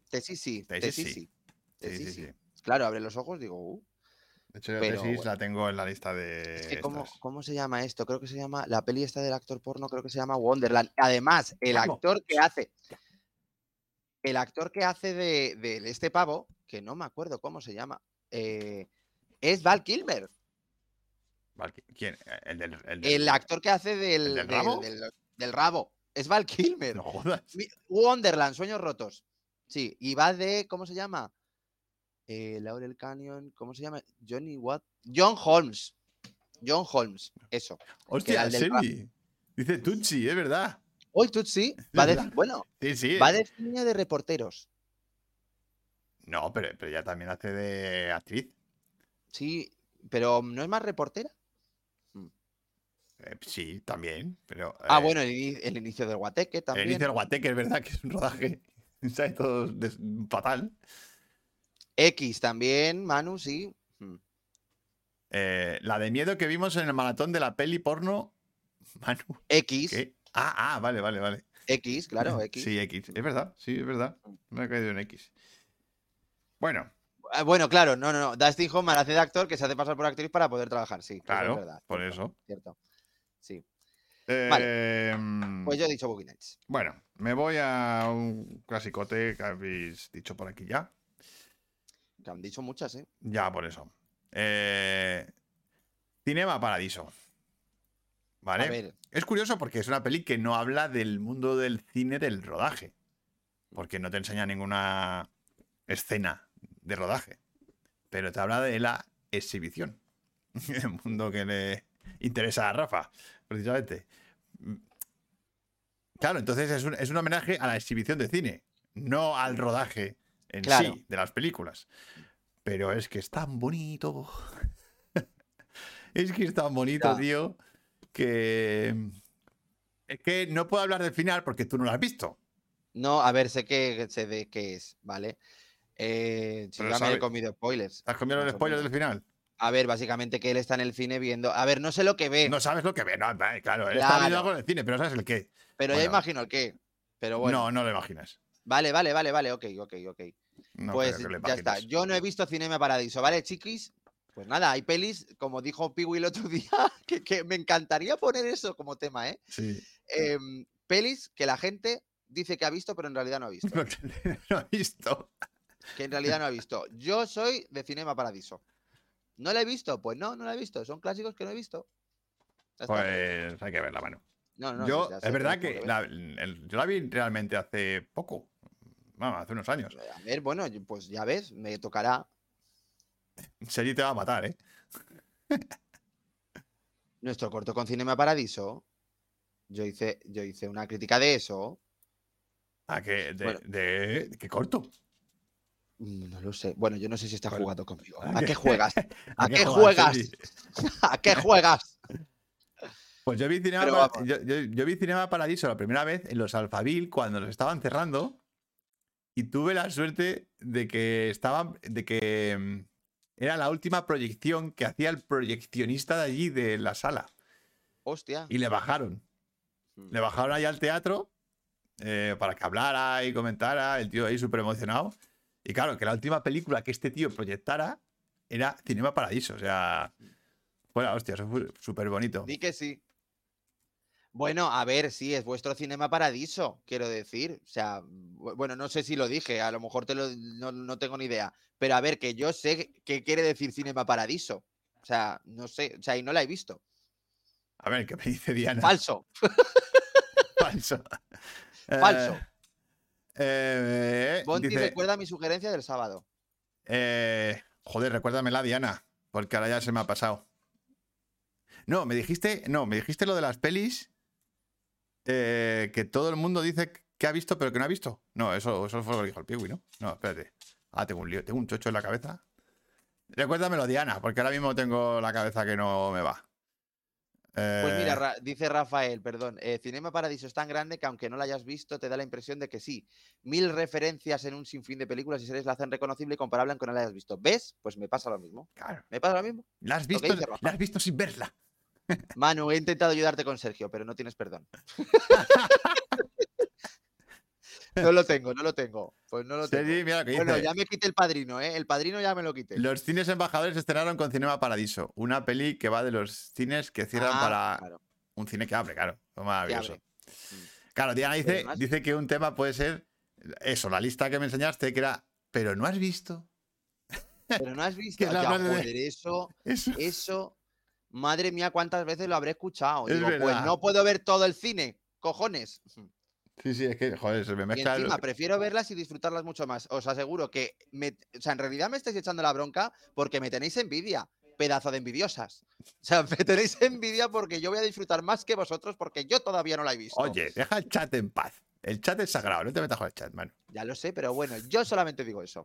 Tesis sí, Tesis tesis sí. sí. Sí, Tesis sí, sí. sí. Claro, abre los ojos, digo, uh. De hecho, yo Pero, tesis bueno. la tengo en la lista de Es que, ¿cómo, estas. ¿cómo se llama esto? Creo que se llama, la peli esta del actor porno, creo que se llama Wonderland. Además, el Vamos. actor que hace, el actor que hace de, de este pavo, que no me acuerdo cómo se llama, eh, es Val Kilmer. Vale, ¿quién? El del, el del- El actor que hace del, ¿El del del- rabo? del- del rabo. Es Val Kilmer. No jodas. Mi- Wonderland, Sueños Rotos. Sí, y va de, ¿cómo se llama? Eh, Laurel Canyon, ¿cómo se llama? Johnny What? John Holmes. John Holmes, eso. que era Hostia, el del rabo. Sergi. Dice Tutsi, es verdad. Hoy Tutsi va de, ¿Verdad? bueno, Sí, sí. va de cine de reporteros. No, pero, pero ya también hace de actriz. Sí, pero ¿no es más reportera? Eh, sí, también. Pero, Ah, eh, bueno, el, ini- el inicio del Guateque el también. inicio del Guateque es verdad que es un rodaje. ¿Sabes? Todo des- fatal. X también, Manu, sí. Mm. Eh, la de miedo que vimos en el maratón de la peli porno. Manu. X, ¿Qué? Ah, ah, vale, vale, vale. X, claro, X. Sí, X. Es verdad, sí, es verdad. Me ha caído en X. Bueno, Ah, bueno, claro, no, no, no. Dustin Hoffman hace de actor que se hace pasar por actriz para poder trabajar, sí. eso claro, es verdad, por cierto, eso. Cierto. Sí. Eh, Pues yo he dicho Boogie Nights. Bueno, me voy a un clasicote que habéis dicho por aquí ya. Que han dicho muchas, ¿eh? Ya, por eso. Eh, Cinema Paradiso. ¿Vale? A ver, Es curioso porque es una peli que no habla del mundo del cine del rodaje. Porque no te enseña ninguna escena de rodaje. Pero te habla de la exhibición. El mundo que le interesa a Rafa, precisamente. Claro, entonces es un, es un homenaje a la exhibición de cine, no al rodaje en Claro. sí de las películas. Pero es que es tan bonito. Es que es tan bonito, Ya. tío, que... Es que no puedo hablar del final porque tú no lo has visto. no, a ver, sé que sé de qué es, ¿vale? Eh, si Pero ya me he sabe- comido spoilers. ¿Has comido el más o spoiler menos. del final? A ver, básicamente que él está en el cine viendo. A ver, no sé lo que ve, No sabes lo que ve. No, vale, claro, él está Claro. viendo algo en el cine, pero no sabes el qué. pero ya bueno. imagino el qué. Pero bueno. No, no lo imaginas. Vale, vale, vale, vale, ok, ok, ok. No pues creo que lo ya está. imagines. Yo no he visto Cinema Paradiso, ¿vale, chiquis? Pues nada, hay pelis, como dijo Piwi el otro día, que, que me encantaría poner eso como tema, ¿eh? Sí. Em, pelis que la gente dice que ha visto, pero en realidad no ha visto. No he visto. Que en realidad no ha visto. Yo soy de Cinema Paradiso. ¿No la he visto? Pues no, no la he visto. Son clásicos que no he visto. Ya está. Pues hay que ver la mano. No, no, yo, ya sé es verdad lo tengo que ver. la, el- yo la vi realmente hace poco. Bueno, hace unos años. A ver, bueno, yo- pues ya ves, me tocará. Sergi te va a matar, ¿eh? Nuestro corto con Cinema Paradiso. Yo hice, yo hice una crítica de eso. ¿A qué? De, Bueno. de- ¿Qué corto? Mm, No lo sé. Bueno, yo no sé si está ¿Cuál? jugando conmigo. ¿A ¿A qué- qué juegas? ¿A qué qué juegas, juegas? Sergi? ¿A qué juegas? Pues yo vi Cinema, Pero Para- vamos. yo, yo- yo vi Cinema Paradiso la primera vez en los Alphaville cuando los estaban cerrando y tuve la suerte de que estaban, de que mm, era la última proyección que hacía el proyeccionista de allí de la sala Hostia. y le bajaron, Mm. le bajaron ahí al teatro eh, para que hablara y comentara, el tío ahí súper emocionado y claro que la última película que este tío proyectara era Cinema Paradiso, o sea, fue la hostia, eso fue súper bonito. Di que sí. Bueno, a ver, sí, es vuestro Cinema Paradiso, quiero decir. O sea, bu- bueno, no sé si lo dije, a lo mejor te lo, no, no tengo ni idea. Pero a ver, que yo sé qué quiere decir Cinema Paradiso. O sea, no sé, o sea, y no la he visto. A ver, ¿qué me dice Diana? Falso. Falso. Falso. Eh, eh, Bonti dice, recuerda mi sugerencia del sábado. eh, joder, recuérdamela, Diana, porque ahora ya se me ha pasado. No, me dijiste, no, me dijiste lo de las pelis eh, que todo el mundo dice que ha visto, pero que no ha visto. No, eso, eso fue lo que dijo el Piwi, ¿no? No, espérate. Ah, tengo un lío, tengo un chocho en la cabeza. Recuérdamelo, Diana, porque ahora mismo tengo la cabeza que no me va. Pues mira, Eh, Ra- dice Rafael, perdón, eh, Cinema Paradiso es tan grande que aunque no la hayas visto te da la impresión de que sí. Mil referencias en un sinfín de películas y series la hacen reconocible y comparable aunque no la hayas visto. ¿Ves? Pues me pasa lo mismo. claro, Me pasa lo mismo. la has Lo que visto, dice Rafa. la has visto sin verla. Manu, he intentado ayudarte con Sergio, pero no tienes perdón. No lo tengo, no lo tengo. Pues no lo Sergi, tengo. mira lo que Bueno, dice. ya me quité el Padrino, ¿eh? El Padrino ya me lo quité. Los cines embajadores estrenaron con Cinema Paradiso, una peli que va de los cines que cierran Ah, para claro, un cine que abre, claro. Es que maravilloso. abre. Mm. Claro, Diana Pero dice, no has- dice que un tema puede ser eso, la lista que me enseñaste, que era, pero no has visto. Pero no has visto. Que es la Ya, frase de- joder, eso, Eso. eso. Madre mía, cuántas veces lo habré escuchado. Es Digo, pues verdad. no puedo ver todo el cine, cojones. Sí, sí, es que, joder, se me Y mezcla. el- encima prefiero verlas y disfrutarlas mucho más. Os aseguro que, me, o sea, en realidad me estáis echando la bronca porque me tenéis envidia, pedazo de envidiosas. O sea, me tenéis envidia porque yo voy a disfrutar más que vosotros porque yo todavía no la he visto. Oye, deja el chat en paz. El chat es sagrado, no te metas con el chat, mano. Ya lo sé, pero bueno, yo solamente digo eso.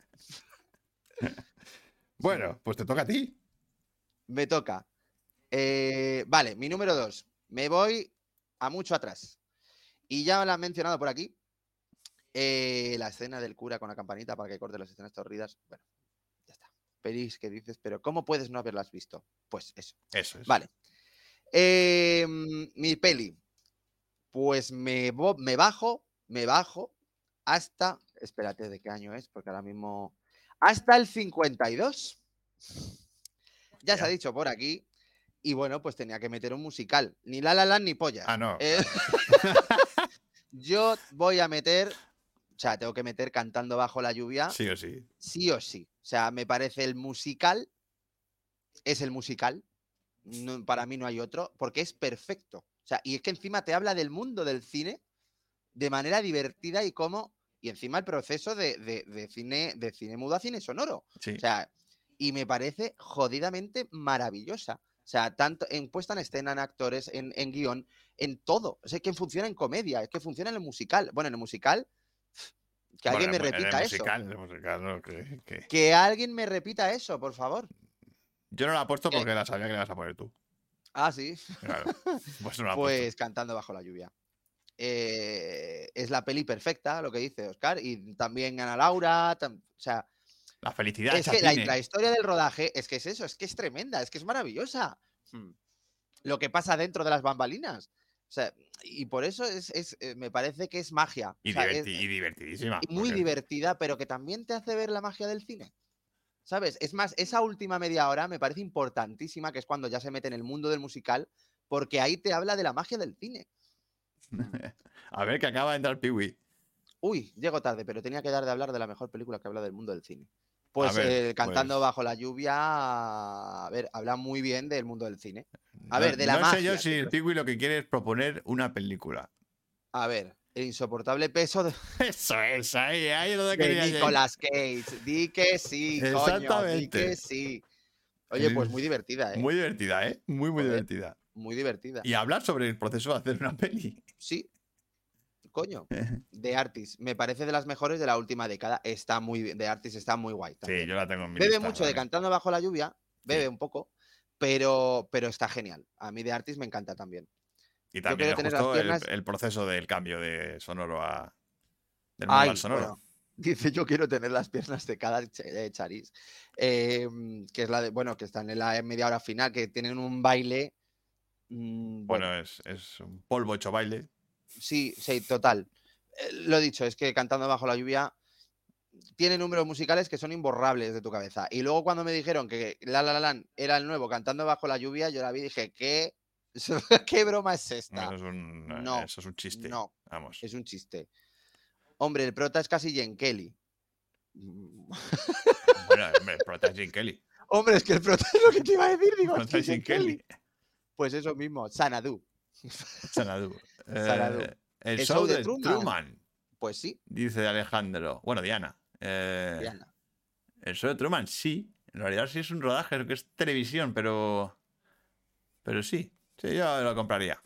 Bueno, pues te toca a ti. Me toca. Eh, vale, mi número dos. Me voy a mucho atrás. Y ya la han mencionado por aquí. Eh, la escena del cura con la campanita para que corte las escenas torridas. Bueno, ya está. Pelis que dices, pero ¿cómo puedes no haberlas visto? Pues eso. Eso es. Vale. Eh, mi peli. Pues me, bo- me bajo, me bajo hasta. Espérate, ¿de qué año es? Porque ahora mismo. Hasta el cincuenta y dos. Ya se ha Hostia. dicho por aquí. Y bueno, pues tenía que meter un musical. Ni La La Land ni pollas. Ah, no. Eh, yo voy a meter. O sea, tengo que meter Cantando bajo la lluvia. Sí o sí. Sí o sí. O sea, me parece el musical. Es el musical. No, para mí no hay otro. Porque es perfecto. O sea, y es que encima te habla del mundo del cine de manera divertida y cómo. Y encima el proceso de, de- de cine, de cine mudo a cine sonoro. Sí. O sea, y me parece jodidamente maravillosa. O sea, tanto en puesta en escena, en actores, en, en guión, en todo. O sea, que funciona en comedia, es que funciona en el musical. Bueno, en el musical, que alguien Bueno, me en el repita eso. musical, en el musical, no, que- que- Que alguien me repita eso, por favor. Yo no la he puesto ¿Qué? porque la sabía que la ibas a poner tú. Ah, sí. Claro. Pues no la he puesto. Pues Cantando bajo la lluvia. Eh, es la peli perfecta, lo que dice Oscar. Y también Ana Laura. tam- o sea, La felicidad es hecha que la, cine. la historia del rodaje es que es eso, es que es tremenda, es que es maravillosa. Hmm. Lo que pasa dentro de las bambalinas. O sea, y por eso es, es, eh, me parece que es magia. Y, O sea, diverti- es- y divertidísima. y muy porque- divertida, pero que también te hace ver la magia del cine. ¿Sabes? Es más, esa última media hora me parece importantísima, que es cuando ya se mete en el mundo del musical, porque ahí te habla de la magia del cine. A ver, que acaba de entrar Piwi. Uy, llego tarde, pero tenía que dar de hablar de la mejor película que habla del mundo del cine. Pues ver, eh, Cantando pues- bajo la lluvia, a ver, habla muy bien del mundo del cine. A No- ver, de la no sé yo magia, si el siempre. Piwi lo que quiere es proponer una película. A ver, el insoportable peso de, Eso es, ahí, ahí es donde de quería llegar. Nicolas Cage. Di que sí, coño, di Exactamente. que sí. Oye, pues muy divertida, ¿eh? Muy, Muy divertida, ¿eh? Muy, muy Joder. divertida. divertida. Y hablar sobre el proceso de hacer una peli. Sí. Coño. The Artist. Me parece de las mejores de la última década. Está muy bien. The Artist está muy guay. Sí, también. yo la tengo en mi Bebe lista, mucho de vale. Cantando bajo la lluvia. Bebe Sí. un poco. Pero, pero está genial. A mí The Artist me encanta también. Y también quiero me tener las gustó el, piernas- el proceso del cambio de sonoro a. Del mundo Ay, al sonoro. bueno, dice, yo quiero tener las piernas de cada ch- eh, Charis. Eh, que es la de, bueno, que están en la media hora final, que tienen un baile. mm, Bueno, bueno, es, es un polvo hecho baile. sí, sí, total. Eh, lo dicho, es que Cantando bajo la lluvia tiene números musicales que son imborrables de tu cabeza. Y luego cuando me dijeron que La La La Land era el nuevo Cantando bajo la lluvia, yo la vi y dije, ¿qué? ¿Qué broma es esta? Eso es un, No, eso es un chiste. no. Vamos. Es un chiste. Hombre, el prota es casi Jen Kelly. Mm. Bueno, hombre, prota es Jim Kelly. Hombre, es que el prota es lo que te iba a decir, digo, Prota es que es Jim Jen Kelly. Kelly. Pues eso mismo, Sanadu. Sanadu. Sanadu. Eh, el, show, de Truman. Truman. Pues sí, Dice Alejandro. Bueno, Diana. Eh, Diana. El show de Truman, sí. En realidad sí es un rodaje, que es televisión, pero. Pero sí. Sí, yo lo compraría.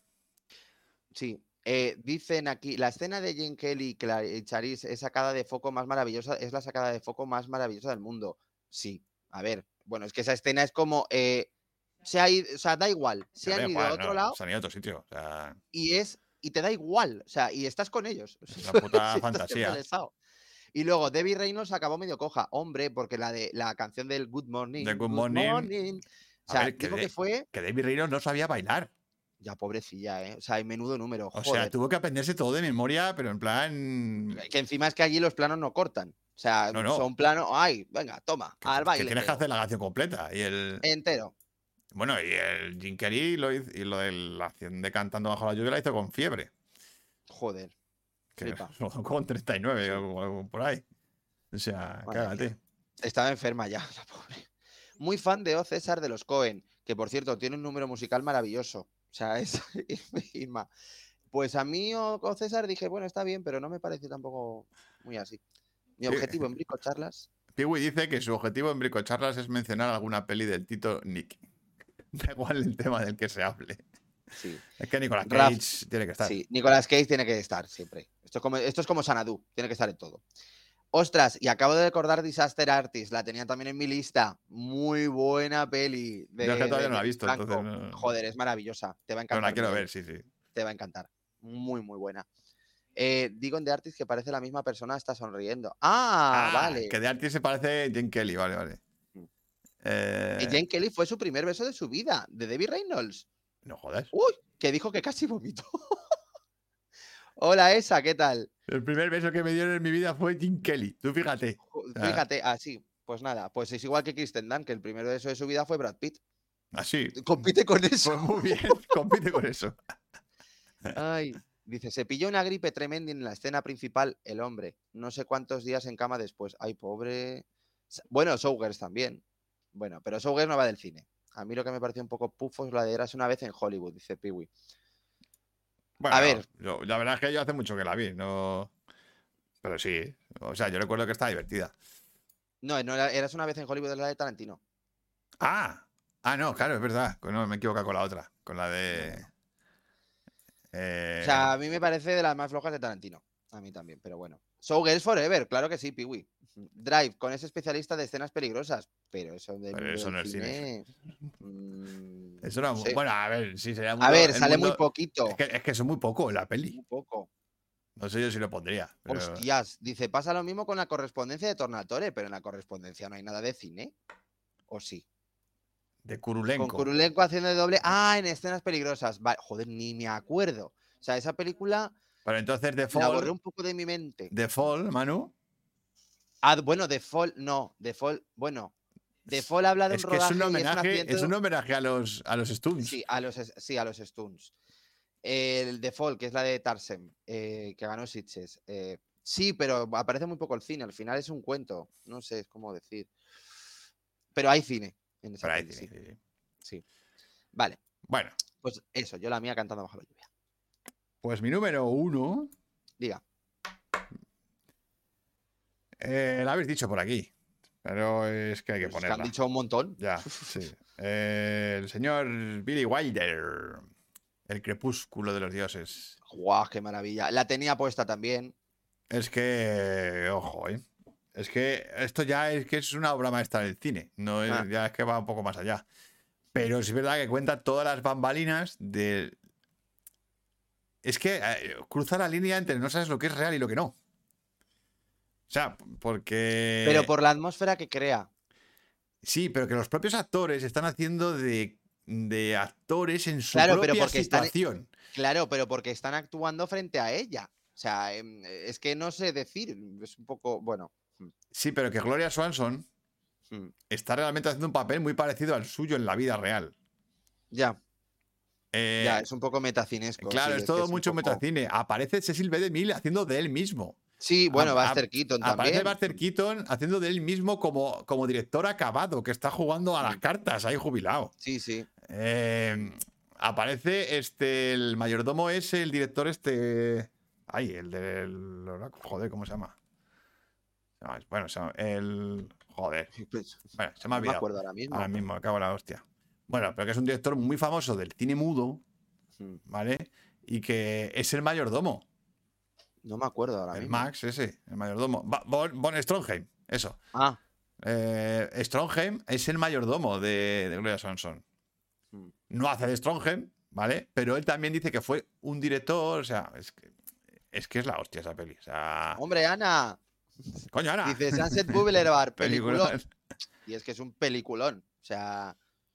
Sí. Eh, dicen aquí, la escena de Jen Kelly y Cla- y Charisse es sacada de foco más maravillosa, es la sacada de foco más maravillosa del mundo. Sí, a ver, bueno, es que esa escena es como, eh, se ha ido, o sea, da igual, se Da han ido igual, a otro no, lado se han ido a otro sitio. O sea, y es, y te da igual, o sea, y estás con ellos. es una puta Si estás fantasía. embelesado. Y luego Debbie Reynolds acabó medio coja, hombre, porque la de la canción del Good Morning. De Good Morning. O A sea, ver, que digo de- que fue, Que David Reynolds no sabía bailar. Ya, pobrecilla, ¿eh? O sea, hay menudo número, O joder. sea, tuvo que aprenderse todo de memoria, pero en plan. Que encima es que allí los planos no cortan. O sea, No, no. son planos. ¡Ay! Venga, toma, Que, al que baile. tienes que pego. hacer la canción completa. Y el. Entero. Bueno, y el Jim Carrey lo hizo, y lo de la acción de Cantando bajo la lluvia la hizo con fiebre. Joder. Que Flipa. con treinta y nueve Sí. o algo por ahí. O sea, Madre cágate. mía. Estaba enferma ya, la pobre. Muy fan de O. César de los Cohen, que por cierto tiene un número musical maravilloso. O sea, es Irma. Pues a mí O. O César dije, bueno, está bien, pero no me parece tampoco muy así. Mi Sí. objetivo en Brico Charlas. Peewee dice que su objetivo en Bricocharlas es mencionar alguna peli del Tito Nick. Da igual el tema del que se hable. Sí. Es que Nicolas Raf- Cage tiene que estar. Sí, Nicolas Cage tiene que estar siempre. Esto es como, esto es como Sanadu, tiene que estar en todo. Ostras, y acabo de recordar Disaster Artist, la tenía también en mi lista. Muy buena peli. De, Yo es que todavía de no la he James visto, Franco. entonces no- Joder, es maravillosa. Te va a Pero encantar. la quiero Miguel. ver, sí, sí. Te va a encantar. Muy, muy buena. Eh, digo en The Artist que parece la misma persona, está sonriendo. Ah, vale. Que de Artie se parece a Jane Kelly, vale, vale. Mm. Eh, Y Jane Kelly fue su primer beso de su vida, de Debbie Reynolds. No jodas. Uy, que dijo que casi vomitó. Hola, esa, ¿qué tal? El primer beso que me dieron en mi vida fue Jim Kelly. Tú fíjate. Jo- Ah. Fíjate, así. Pues nada, pues es igual que Kristen Dunst, que el primer beso de su vida fue Brad Pitt. Así. Compite con eso. Pues muy bien. Compite con eso. Ay, dice, se pilló una gripe tremenda en la escena principal, el hombre. No sé cuántos días en cama después. Ay, pobre. S- Bueno, Showgirls también. Bueno, pero Showgirls no va del cine. A mí lo que me pareció un poco pufo es la de Eras una vez en Hollywood, dice Peewee. Bueno, A ver. yo- la verdad es que yo hace mucho que la vi, no. Pero sí. O sea, yo recuerdo que estaba divertida. No, no era- Eras una vez en Hollywood, es la de Tarantino. Ah. Ah, no, claro, es verdad. No, me he equivocado con la otra. Con la de. Eh, O sea, a mí me parece de las más flojas de Tarantino. A mí también, pero bueno. Showgirls Forever, claro que sí, Peewee. Drive, con ese especialista de escenas peligrosas. Pero eso del Pero mundo eso del no es cine. cine, mm, Eso era. no sé. Bueno, a ver, sí, sería A mundo- ver, el sale muy mundo- poquito. Es que, es que son muy poco en la peli. Muy poco. No sé yo si lo pondría. Pero... Hostias, dice, pasa lo mismo con la correspondencia de Tornatore, pero en la correspondencia no hay nada de cine. ¿O sí? De Kurulenko. Con Kurulenko haciendo de doble. Ah, en escenas peligrosas. Vale, joder, ni me acuerdo. O sea, esa película Pero entonces The la borré Fall. un poco de mi mente. The Fall, Manu. Ah, bueno, The Fall, no. The Fall, bueno. The Fall habla de Es un que es rodaje un y homenaje, accidente- es un homenaje a los, a los Stones. Sí, a los, sí, a los Stones. El The Fall, que es la de Tarsem, eh, que ganó Sitges. Eh, sí, pero aparece muy poco el cine. Al final es un cuento. No sé cómo decir. Pero hay cine en esa Pero ahí peli, tiene, sí. sí, sí. Sí. Vale, Bueno, pues eso, yo la mía cantando bajo la lluvia. pues mi número uno. Diga. Eh, la habéis dicho por aquí. Pero es que hay que Pues es que ponerla. han dicho un montón. Ya, sí. Eh, el señor Billy Wilder. El crepúsculo de los dioses. ¡Guau, qué maravilla! La tenía puesta también. Es que, ojo, ¿eh? Es que esto ya es que es una obra maestra del cine. No es, Ah. ya es que va un poco más allá. Pero sí es verdad que cuenta todas las bambalinas de. Es que eh, cruza la línea entre no sabes lo que es real y lo que no. O sea, porque. Pero por la atmósfera que crea. Sí, pero que los propios actores están haciendo de, de actores en su Claro, pero propia porque están- situación. Claro, pero porque están actuando frente a ella. O sea, em, es que no sé decir. Es un poco. Bueno. Sí, pero que Gloria Swanson mm, está realmente haciendo un papel muy parecido al suyo en la vida real. Ya, Eh, ya, es un poco metacinesco. claro, sí, es que todo un mucho poco- metacine. Aparece Cecil B. DeMille haciendo de él mismo. Sí, bueno, A- a- Buster Keaton Aparece también. Buster Keaton haciendo de él mismo como, como director acabado, que está jugando a las Mm. cartas ahí jubilado. Sí, sí. Eh, aparece este, el mayordomo es el director este. Ay, el del. Joder, ¿cómo se llama? No, es- bueno, se llama- el. Joder. Pues, Bueno, se me ha no me olvidado. acuerdo ahora mismo. Ahora mismo, me cago en la hostia. Bueno, pero que es un director muy famoso del cine mudo, Mm, ¿vale? Y que es el mayordomo. No me acuerdo ahora El mismo. Max, ese, el mayordomo. Va- Von, Von Strongheim, eso. Ah, Eh, Strongheim es el mayordomo de, de Gloria Swanson. mm. No hace de Strongheim, ¿vale? Pero él también dice que fue un director, o sea, es que es, que es la hostia esa peli. O sea, Hombre, Ana. coño, Ana. Dice Sunset Boulevard, Película. peliculón. Y es que es un peliculón. O sea,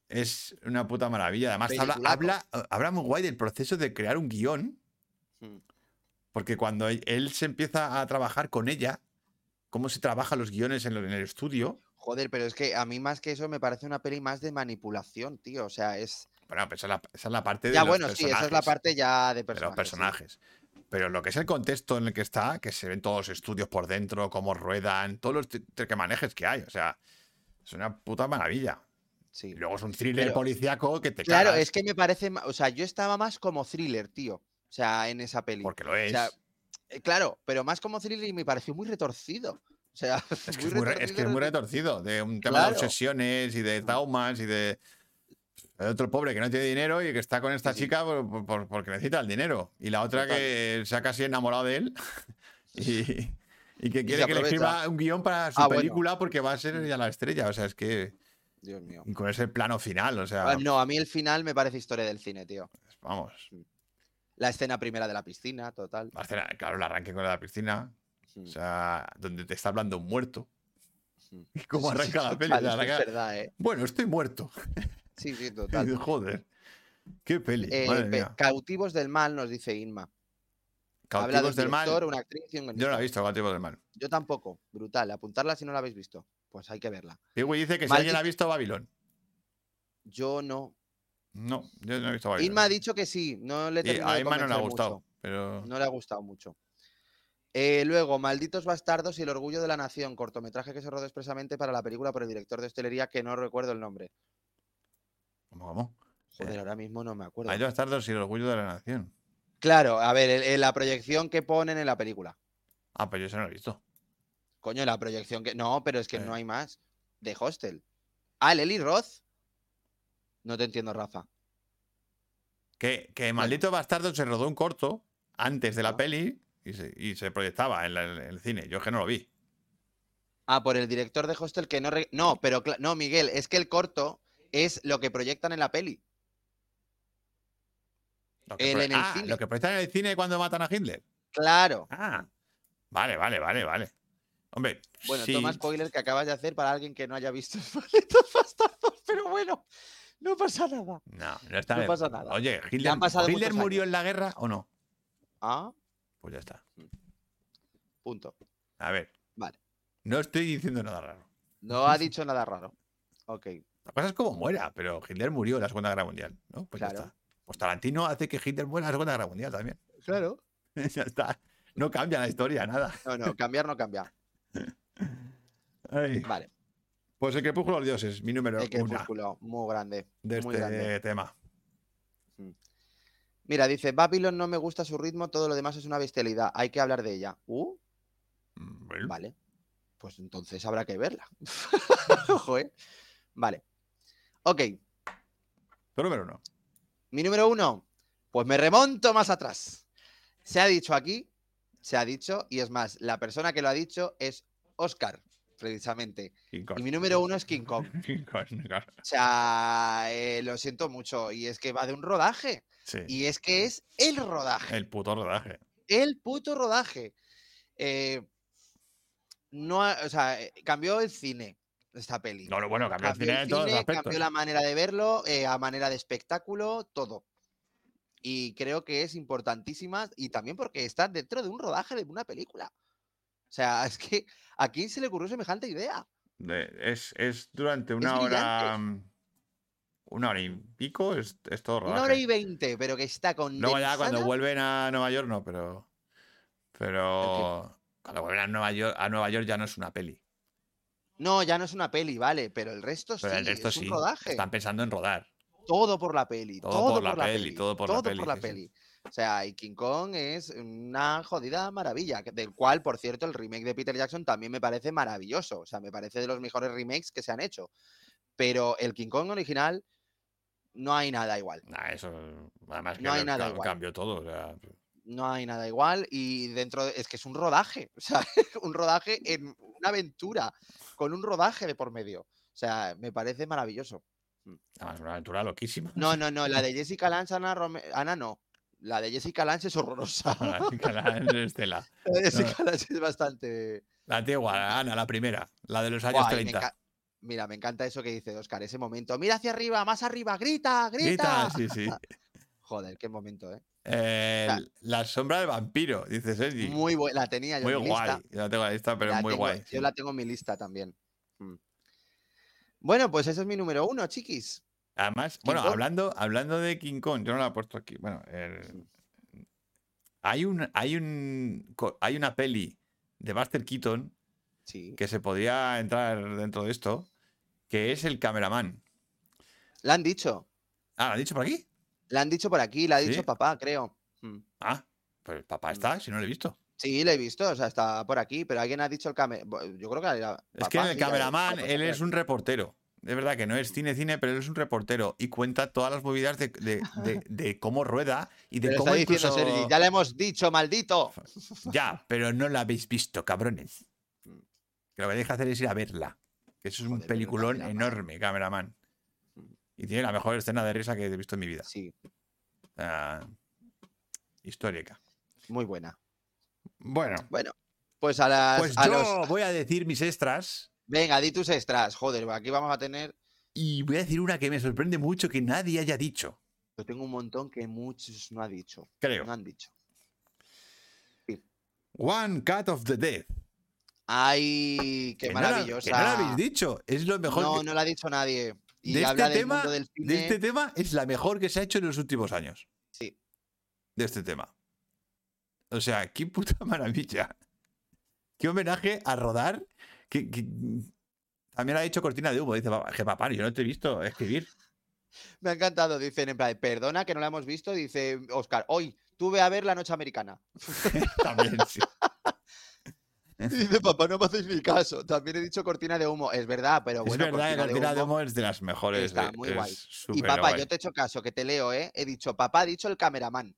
es una puta maravilla. Además, habla, Peliculazo. habla, habla muy guay del proceso de crear un guión, Mm. porque cuando él, él se empieza a trabajar con ella, cómo se trabajan los guiones en, lo- en el estudio. Joder, pero es que a mí más que eso me parece una peli más de manipulación, tío. O sea, es... Bueno, pues esa es la, esa es la parte de Ya, los bueno, sí, personajes. esa es la parte ya de de personajes. los personajes. Pero lo que es el contexto en el que está, que se ven todos los estudios por dentro, cómo ruedan, todos los manejes que hay. O sea, es una puta maravilla. Sí. Y luego es un thriller Pero- policíaco que te Claro, cagas, es que me parece... ma- O sea, yo estaba más como thriller, tío. O sea, en esa peli. porque lo es. O sea, eh, claro, pero más como thriller y me pareció muy retorcido. O sea, es, que es, muy, re- es que es muy retorcido. De un tema Claro. de obsesiones y de traumas y de... Hay otro pobre que no tiene dinero y que está con esta Sí, sí. chica por- por- porque necesita el dinero. Y la otra Total. que se ha casi enamorado de él y, y que quiere se que le aprovecha. escriba un guión para su Ah, bueno. película porque va a ser ya la estrella. O sea, es que... Dios mío. Y con ese plano final, o sea, Ah, no, a mí el final me parece historia del cine, tío. vamos. La escena primera de la piscina, total. Va a hacer, claro, el arranque con la piscina, Mm. o sea, donde te está hablando un muerto. Mm. Y cómo Sí, arranca sí, la peli. total, la eso es arranca- verdad, eh. Bueno, estoy muerto. Sí, sí, Y total. dices, joder, qué peli. Eh, madre pe- mía. Cautivos del mal, nos dice Inma. Habla de Cautivos un del director, mal. una actriz y un Yo no guionista. la he visto, Cautivos del mal. Yo tampoco. Brutal. Apuntarla si no la habéis visto. Pues hay que verla. Piwi dice que si Maldito- alguien ha visto Babilón. Yo no. No, yo no he visto Babilón. Inma ha dicho que sí. No le he Y terminado a de Inma no le ha convencer gustado, mucho. pero... No le ha gustado mucho. Eh, luego, Malditos Bastardos y el Orgullo de la Nación, cortometraje que se rodó expresamente para la película por el director de hostelería que no recuerdo el nombre. ¿Cómo, cómo? Joder, Eh, ahora mismo no me acuerdo. Hay dos tardos y el orgullo de la nación. Claro, a ver, el- el- la proyección que ponen en la película. Ah, pues yo eso no lo he visto. Coño, la proyección que... No, pero es que Eh. no hay más. De Hostel. Ah, el Eli Roth. No te entiendo, Rafa. Que, que Maldito Bastardo se rodó un corto antes de la Ah. peli y se, y se proyectaba en, la- en el cine. Yo es que no lo vi. Ah, por el director de Hostel que no... re- No, pero... cla- No, Miguel, es que el corto es lo que proyectan en la peli. Lo que, El pro- en el ah, cine. lo que proyectan en el cine cuando matan a Hitler. Claro. Ah, vale, vale, vale, vale. Hombre, Bueno, sí, toma spoiler que acabas de hacer para alguien que no haya visto Malditos Bastardos, pero bueno, no pasa nada. No, no está no bien. pasa nada. Oye, Ya ¿Hitler, han pasado ¿Hitler muchos murió años. en la guerra o no? Ah, Pues ya está. punto. A ver, Vale. no estoy diciendo nada raro. No ha dicho nada raro. Ok. La cosa es como muera, pero Hitler murió en la Segunda Guerra Mundial, ¿no? Pues ya Claro. está. Pues Tarantino hace que Hitler muera en la Segunda Guerra Mundial también. Claro. Ya está. No cambia la historia, nada. No, no, cambiar no cambia. Ay. Vale. Pues el Crepúsculo de los Dioses, mi número El uno crepúsculo, muy grande. de muy este grande. tema. Mira, dice, Babylon no me gusta su ritmo, todo lo demás es una bestialidad. Hay que hablar de ella. Uh, Mm, bueno. vale. Pues entonces habrá que verla. Ojo, ¿eh? Vale. Ok. Tu número uno. Mi número uno. Pues me remonto más atrás. Se ha dicho aquí, se ha dicho, y es más, la persona que lo ha dicho es Oscar, precisamente. King Kong. Y mi número uno es King Kong. King Kong, claro. O sea, eh, lo siento mucho. Y es que va de un rodaje. Sí. Y es que es el rodaje. El puto rodaje. El puto rodaje. Eh, no, ha- o sea, eh, cambió el cine esta peli. No, no, bueno, cambió el Cambió cine el en todos los cine, aspectos. cambió la manera de verlo, eh, a manera de espectáculo, todo. Y creo que es importantísima y también porque está dentro de un rodaje de una película. O sea, es que ¿a quién se le ocurrió semejante idea? De- es, es durante una Es hora. mm, Una hora y pico, es, es todo rodaje. Una hora y veinte, pero que está con. Luego ya cuando vuelven a Nueva York, no, pero. Pero. Cuando vuelven a Nueva York, a Nueva York ya no es una peli. No, ya no es una peli, vale, pero el resto Pero sí, el resto es un sí. rodaje. Están pensando en rodar. Todo por la peli. Todo Todo, por la por la peli, peli. todo por la peli, sí, sí. peli. O sea, y King Kong es una jodida maravilla. que- Del cual, por cierto, el remake de Peter Jackson también me parece maravilloso. O sea, me parece de los mejores remakes que se han hecho. Pero el King Kong original no hay nada igual. Nah, eso. Además que No hay lo- nada ca- igual. cambió todo. O sea, No hay nada igual. Y dentro. de- Es que es un rodaje. O sea, un rodaje en una aventura. Con un rodaje de por medio. O sea, me parece maravilloso. además, una aventura loquísima. No, no, no. La de Jessica Lange, Ana, Rome- Ana no. La de Jessica Lange es horrorosa. La chica, la Estela. La de Jessica Lange es bastante. La antigua, Ana, la primera. La de los años Guay, me, treinta. enca- Mira, me encanta eso que dice Oscar, ese momento. Mira hacia arriba, más arriba, grita, Grita, grita. sí, sí. Joder, qué momento, ¿eh? Eh, sea, la sombra del vampiro, dice Sergi. Muy buena, la tenía yo Muy en mi guay. lista. Yo la tengo en la lista, pero La es muy tengo- guay. Yo sí. la tengo en mi lista también. Mm. Bueno, pues ese es mi número uno, chiquis. Además, King bueno, Kong. hablando, hablando de King Kong, yo no la he puesto aquí. Bueno, el- hay un, hay un, co- hay una peli de Buster Keaton Sí. que se podría entrar dentro de esto, que es El Cameraman. La han dicho. Ah, ¿lo han dicho por aquí? La han dicho por aquí, la ha ¿Sí? dicho papá, creo. Mm. Ah, pues papá está, si no lo he visto. Sí, la he visto, o sea, está por aquí, pero alguien ha dicho el camera. Yo creo que era Es que en papá, El sí, la- Cameraman, papá, él por es aquí. un reportero. Es verdad que no es cine, cine, pero él es un reportero y cuenta todas las movidas de, de- de- de cómo rueda y de Pero cómo está diciendo incluso... Sergi, ya le hemos dicho, maldito. Ya, pero no la habéis visto, cabrones. Que lo que tenéis que hacer es ir a verla. Que eso es un Joder, pero el peliculón Cameraman. enorme, Cameraman. Y tiene la mejor escena de risa que he visto en mi vida. Sí, O sea, histórica. muy buena. Bueno, Bueno, pues a las. pues a yo los- voy a decir mis extras Venga, di tus extras. Joder, aquí vamos a tener. y voy a decir una que me sorprende mucho que nadie haya dicho. Yo tengo un montón que muchos no ha dicho. Creo. No han dicho. One Cut of the Dead. Ay, qué Que no la- maravillosa. que no lo habéis dicho. Es lo mejor No, que- no lo ha dicho nadie. Y de, habla este del tema, mundo del de cine. este tema es la mejor que se ha hecho en los últimos años. Sí. De este tema. O sea, qué puta maravilla. Qué homenaje a rodar. Que, que- También ha dicho Cortina de Humo. Dice, "Papá, que papá, yo no te he visto escribir". Me ha encantado. Dicen en plan, perdona que no la hemos visto. Dice Oscar, hoy tuve a ver La Noche Americana. También, sí. Y dice, papá, no me hacéis ni caso. También he dicho Cortina de Humo. Es verdad, pero bueno. es verdad que Cortina de Humo es de las mejores. está eh, muy es guay. Y súper papá, guay. yo te he hecho caso, que te leo, ¿eh? He dicho, papá ha dicho el cameraman.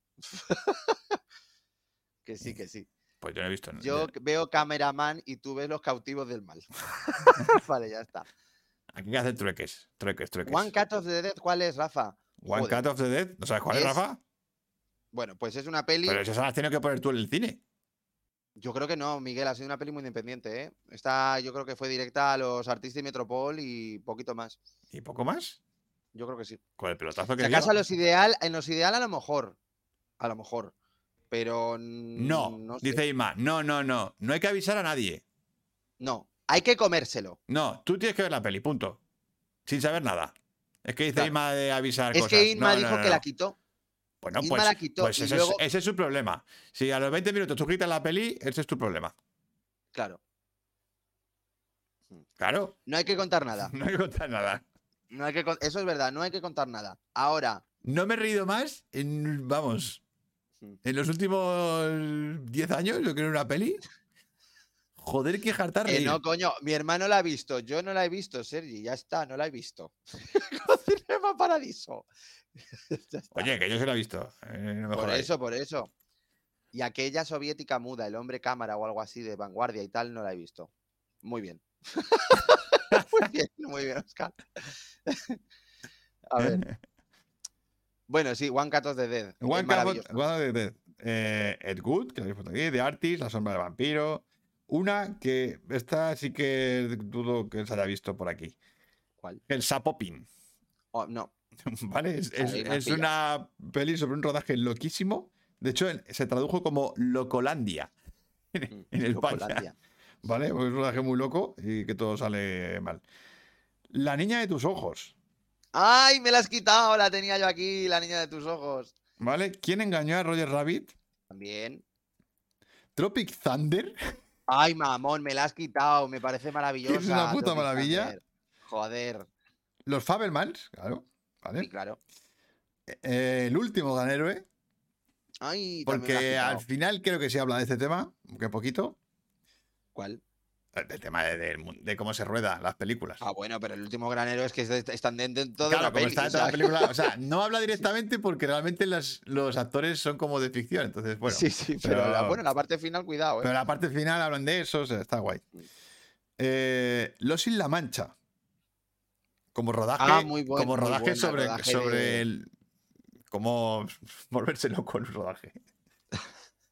Que sí, que sí. Pues yo no he visto. Yo yo- veo cameraman y tú ves los cautivos del mal. Vale, ya está. Aquí hay que hacer trueques. Trueques, trueques. One Cut of the Dead, ¿cuál es, Rafa? One Joder. Cut of the Dead. ¿No sabes cuál es, Es Rafa? Bueno, pues es una peli. Pero eso se las has tenido que poner tú en el cine. Yo creo que no, Miguel, ha sido una peli muy independiente, ¿eh? Esta yo creo que fue directa a los artistas y Metropol y poquito más. ¿Y poco más? Yo creo que sí. Con el pelotazo que Si dio. acaso a los ideal, en los ideal a lo mejor. A lo mejor. Pero mm, No, no sé. dice Ima. No, no, no. No hay que avisar a nadie. No, hay que comérselo. No, tú tienes que ver la peli, punto. Sin saber nada. Es que dice Claro. Ima de avisar Es cosas. que Inma No, no, dijo no, que no. la quitó. Bueno, Inma pues, la quitó pues y ese, luego- es, ese es su problema. Si a los veinte minutos tú quitas la peli, ese es tu problema. Claro. Claro, No hay que contar nada. no hay que contar nada. No hay que con- Eso es verdad, no hay que contar nada. Ahora, No me he reído más en, vamos, Mm. en los últimos diez años, yo creo, en una peli. Joder, qué jartar que reír. no, coño, mi hermano la ha visto, yo no la he visto, Sergi, ya está, no la he visto. Cinema Paradiso. Ya está. Oye, que yo se lo he visto. eh, no me por jodáis. eso, por eso. Y aquella soviética muda, el hombre cámara o algo así de vanguardia y tal, no la he visto. Muy bien. Muy bien, muy bien, Oscar. A ver. Bueno, sí, One Cut of the Dead. One es Cut maravilloso. of- One of the Dead. Eh, Ed Wood, que lo habéis puesto aquí, The Artist, La sombra del vampiro. Una que esta sí que dudo que se haya visto por aquí. ¿Cuál? El Sapo Pin. Oh, no. ¿Vale? Es, es- Ahí me has es una peli sobre un rodaje loquísimo. De hecho, en- se tradujo como Locolandia en, en España. Locolandia. ¿Vale? Porque es un rodaje muy loco y que todo sale mal. La niña de tus ojos. ¡Ay, me la has quitado! La tenía yo aquí, la niña de tus ojos. ¿Vale? ¿Quién engañó a Roger Rabbit? También. Tropic Thunder. Ay, mamón, me la has quitado. Me parece maravillosa. Es una puta Tropic maravilla. Thunder. Joder. Los Fabelmans, claro. Sí, ¿Vale? claro. Eh, el último gran héroe. Ay, también me la Porque has al quitado. final creo que se habla de este tema, aunque poquito. ¿Cuál? Del tema de, de- de cómo se ruedan las películas. Ah, bueno, pero el último granero es que es de- están dentro de toda Claro, la como peli. está o en toda la sea, película. O sea, no habla directamente porque realmente los, los actores son como de ficción. Entonces, bueno. sí, sí, pero, pero- la, bueno, la parte final, cuidado, ¿eh? Pero la parte final hablan de eso, o sea, está guay. Eh, Los Sin La Mancha. Como rodaje, Ah, muy buen- como muy rodaje buena, sobre, rodaje sobre de- el. Cómo volverse loco en un rodaje.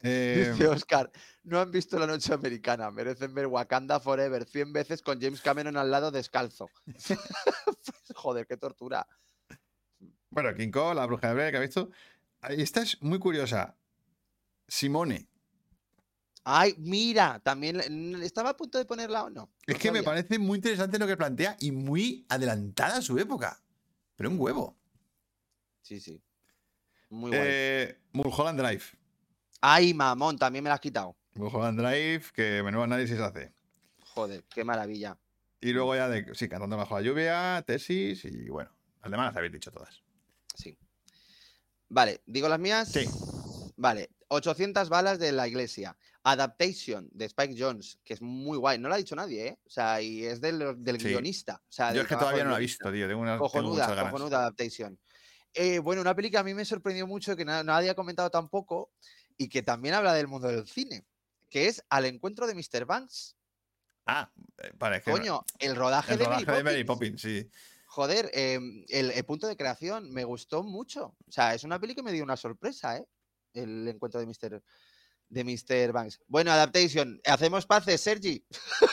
Eh, Dice Oscar, no han visto La Noche Americana, merecen ver Wakanda Forever cien veces con James Cameron al lado descalzo. Joder, qué tortura. bueno, King Kong, la bruja de Blair, que ha visto. Esta es muy curiosa. Simone. Ay, mira, también le- estaba a punto de ponerla o no. Es No que me sabía. parece muy interesante lo que plantea y muy adelantada a su época. Pero un huevo. Sí, sí. Muy guay. Eh, Mulholland Drive. Ay, mamón, también me la has quitado. Mulholland Drive, que menudo análisis hace. Joder, qué maravilla. Y luego ya de, sí, Cantando bajo la lluvia, tesis y bueno, las demás las habéis dicho todas. Sí. Vale, ¿digo las mías? Sí. Vale, ochocientas balas de la iglesia. Adaptation de Spike Jonze, que es muy guay. No lo ha dicho nadie, ¿eh? O sea, y es del, del Sí. guionista. O sea, Yo del es que trabajo todavía del no la he guionista. visto, tío. Tengo, una, tengo Cojonuda, muchas ganas. cojonuda Adaptation. Eh, bueno, una peli que a mí me sorprendió mucho, que na- nadie ha comentado tampoco, y que también habla del mundo del cine, que es Al encuentro de míster Banks. Ah, eh, vale, es que Coño, el rodaje, el de, rodaje Mary de Mary Poppins. Poppins, sí. Joder, eh, el, el punto de creación me gustó mucho. O sea, es una peli que me dio una sorpresa, ¿eh? El encuentro de míster de míster Banks. Bueno, Adaptation. ¿Hacemos paces, Sergi?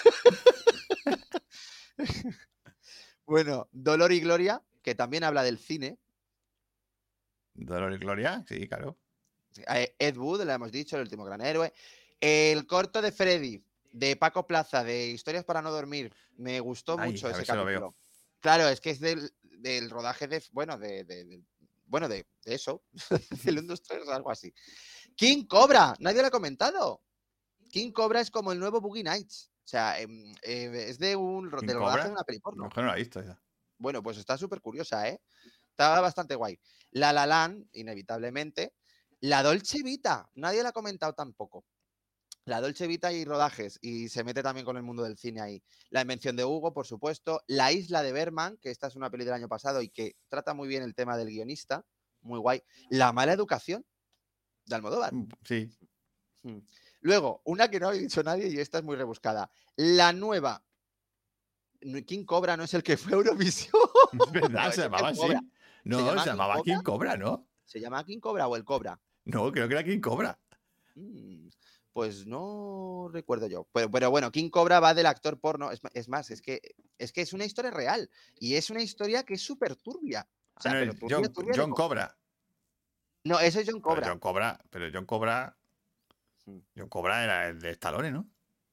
Bueno, Dolor y Gloria, que también habla del cine. Dolor y Gloria, sí, claro. Eh, Ed Wood, le hemos dicho, el último gran héroe. El corto de Freddy, de Paco Plaza, de Historias para no dormir. Me gustó Ay, mucho a ese ver si lo capítulo. veo. Claro, es que es del, del rodaje de. Bueno, de. de- de- bueno, de, de eso. El uno, dos, tres, algo así. King Cobra, nadie lo ha comentado. King Cobra es como el nuevo Boogie Nights. O sea, em, eh, es de un ro- ¿King del rodaje Cobra? de una peli A lo porno. mejor no la he visto esa. Bueno, pues está súper curiosa, ¿eh? Está bastante guay. La La Land, inevitablemente. La Dolce Vita, nadie la ha comentado tampoco. La Dolce Vita y rodajes, y se mete también con el mundo del cine ahí. La invención de Hugo, por supuesto. La Isla de Berman, que esta es una peli del año pasado y que trata muy bien el tema del guionista. Muy guay. La mala educación, de Almodóvar. Mm, Sí. Hmm. Luego, una que no ha dicho nadie y esta es muy rebuscada. La nueva. King Cobra no es el que fue a Eurovisión. Es verdad, No, se ese llamaba es así. Cobra. No, ¿Se se, llama King llamaba Cobra? King Cobra, ¿no? ¿Se llama King Cobra o el Cobra? No, creo que era King Cobra. Mm, Pues no recuerdo yo. Pero, pero bueno, King Cobra va del actor porno. Es, ma- es más, es que, es que es una historia real. Y es una historia que es súper turbia. O sea, Ah, no, pero es turbia, John, turbia de John co- Cobra. No, ese es John Pero Cobra. John Cobra, pero John Cobra. Mm. John Cobra era el de Stallone, ¿no?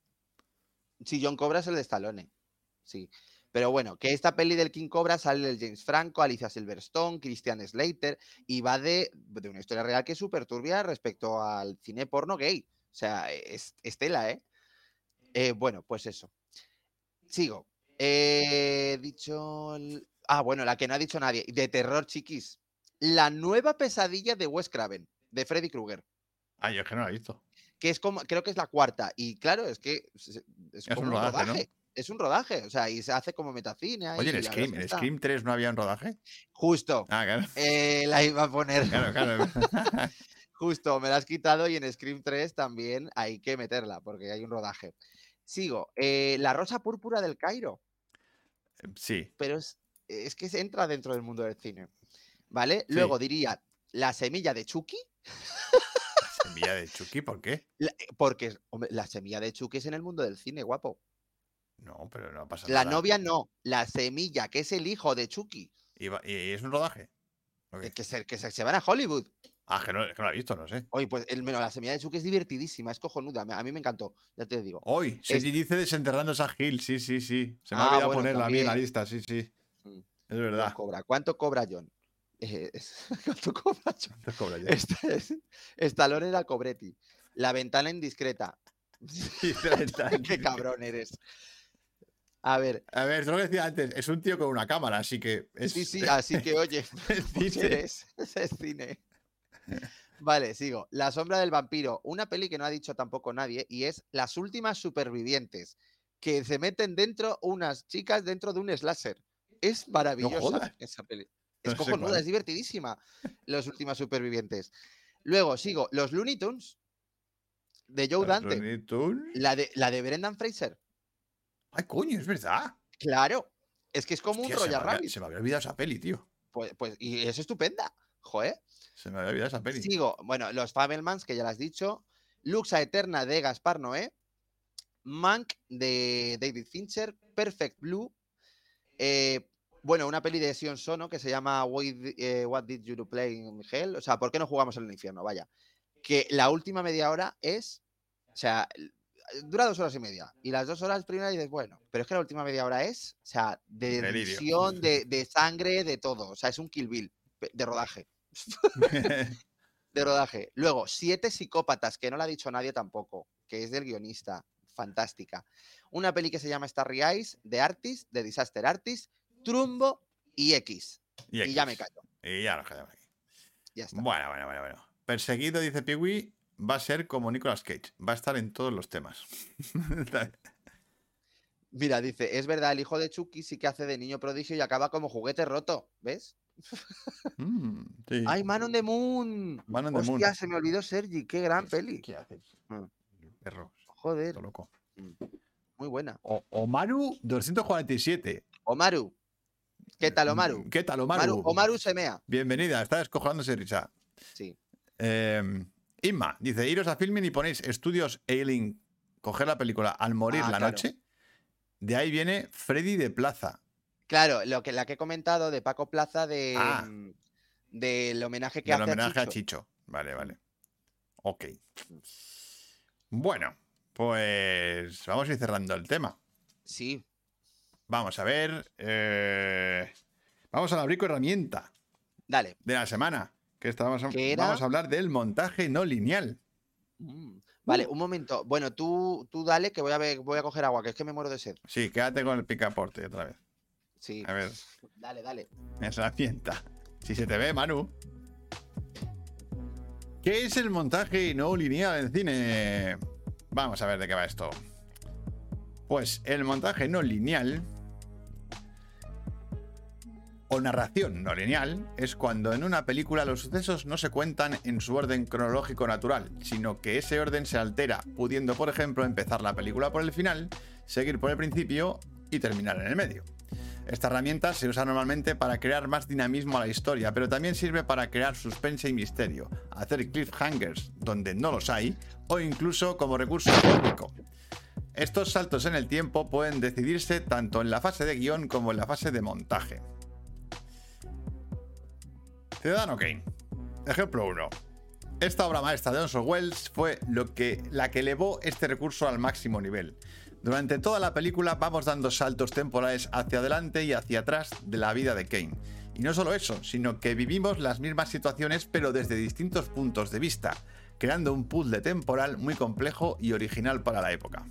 Sí, John Cobra es el de Stallone. Sí. Pero bueno, que esta peli del King Cobra sale el James Franco, Alicia Silverstone, Christian Slater, y va de, de una historia real que es súper turbia respecto al cine porno gay. O sea, es, es tela, ¿eh? Eh, Bueno, pues eso. Sigo. Eh, He dicho. el- Ah, bueno, la que no ha dicho nadie. De terror, chiquis. La nueva pesadilla de Wes Craven, de Freddy Krueger. Ah, yo es que no la he visto. Que es como. Creo que es la cuarta. Y claro, es que es, es Es como un un rodaje, rodaje. ¿no? Es un rodaje. O sea, y se hace como metacine ahí. Oye, y en la verdad es Scream, que ¿en está- Scream tres no había un rodaje? Justo. Ah, claro. eh, la iba a poner. Claro, claro. Justo, me la has quitado y en Scream tres también hay que meterla, porque hay un rodaje. Sigo. Eh, la rosa púrpura del Cairo. Sí. Pero es, es que se entra dentro del mundo del cine. ¿Vale? Sí. Luego diría La semilla de Chucky, Semilla de Chucky, ¿por qué? la- porque hombre, la semilla de Chucky es en el mundo del cine, guapo. No, pero no pasa La nada. novia no, la semilla, que es el hijo de Chucky, ¿Y, va- y es un rodaje? ¿O qué? eh, que, se, que se, se van a Hollywood. Ah, que no, es que no la he visto, no sé. Oye, pues el, bueno, la semilla de Chucky es divertidísima, es cojonuda, me- a mí me encantó, ya te digo. Hoy, Es- Sergi dice desenterrando esa Hill, sí, sí, sí. Se me ha Ah, olvidado bueno, ponerla a mí en la también. lista, sí, sí. Mm, Es John verdad. Cobra. ¿Cuánto cobra John? Eh, es- ¿Cuánto cobra John? Entonces cobra ya. Este es Stallone era Cobretti. La ventana indiscreta. Qué cabrón eres. A ver, A ver, es lo que decía antes, es un tío con una cámara, así que. Es, sí, sí, así que oye, es pues cine. eres, es cine. Vale, sigo. La sombra del vampiro, una peli que no ha dicho tampoco nadie, y es Las últimas supervivientes, que se meten dentro unas chicas dentro de un slasher. Es maravillosa jodas. esa peli. Es No sé cojonuda, cuál. es divertidísima. Las últimas supervivientes. Luego sigo, Los Looney Tunes, de Joe Dante, Looney Tunes. la de, la de Brendan Fraser. Ay, coño, es verdad. Claro, es que es como Hostia, un se, me Royal había, Rabbit. se me había olvidado esa peli, tío. Pues, pues, y es estupenda. Joder. Se me había olvidado esa peli. Sigo, bueno, los Fabelmans, que ya lo has dicho. Luxa Eterna de Gaspar Noé, Mank de David Fincher, Perfect Blue, eh, bueno, una peli de Sion Sono que se llama What, eh, What Did You Play in Hell? O sea, ¿por qué no jugamos en el infierno? Vaya. Que la última media hora es, o sea, dura dos horas y media. Y las dos horas primeras dices, bueno, pero es que la última media hora es, o sea, de Delirio. tensión, de, de sangre, de todo. O sea, es un Kill Bill de rodaje. de rodaje. Luego, Siete psicópatas, que no la ha dicho nadie tampoco, que es del guionista. Fantástica. Una peli que se llama Starry Eyes, de Artist, de Disaster Artist, Trumbo y X. Y, Y ya me callo. Y ya nos quedamos aquí. Ya está. Bueno, bueno, bueno, bueno. Perseguido, dice Piwi, va a ser como Nicolas Cage. Va a estar en todos los temas. Mira, dice, es verdad, el hijo de Chucky sí que hace de niño prodigio y acaba como juguete roto. ¿Ves? Mm, sí. ¡Ay, Man on the Moon! Man on the Hostia, Moon. se me olvidó Sergi. ¡Qué gran peli! ¿Qué haces? Mm. Perro. Joder, Todo loco. muy buena. O Omaru doscientos cuarenta y siete. Omaru. ¿Qué tal, Omaru? ¿Qué tal, Omaru? Omaru, Omaru se mea. Bienvenida, está descojonándose de risa. Sí. Eh, Inma dice: iros a Filmin y ponéis Estudios Ailing, coger la película Al morir Ah, la claro. noche. De ahí viene Freddy de Plaza. Claro, lo que, la que he comentado de Paco Plaza de, Ah. mm, del homenaje que Del hace homenaje a a Chicho. Chicho. Vale, vale. Ok. Bueno, pues vamos a ir cerrando el tema. Sí. Vamos a ver. eh, Vamos a la brico herramienta Dale. de la semana. Que esta vamos, a... ¿Qué era? vamos a hablar del montaje no lineal. Mm. Vale, un momento. Bueno, tú, tú dale que voy a ver, voy a coger agua, que es que me muero de sed. Sí, quédate con el picaporte otra vez. Sí. A ver, Dale, dale. herramienta. Si se te ve, Manu. ¿Qué es el montaje no lineal en cine? Vamos a ver de qué va esto. Pues el montaje no lineal o narración no lineal es cuando en una película los sucesos no se cuentan en su orden cronológico natural, sino que ese orden se altera, pudiendo, por ejemplo, empezar la película por el final, seguir por el principio y terminar en el medio. Esta herramienta se usa normalmente para crear más dinamismo a la historia, pero también sirve para crear suspense y misterio, hacer cliffhangers donde no los hay, o incluso como recurso técnico. Estos saltos en el tiempo pueden decidirse tanto en la fase de guión como en la fase de montaje. Ciudadano Kane. Ejemplo uno. Esta obra maestra de Orson Welles fue lo que, la que elevó este recurso al máximo nivel. Durante toda la película vamos dando saltos temporales hacia adelante y hacia atrás de la vida de Kane. Y no solo eso, sino que vivimos las mismas situaciones pero desde distintos puntos de vista, creando un puzzle temporal muy complejo y original para la época.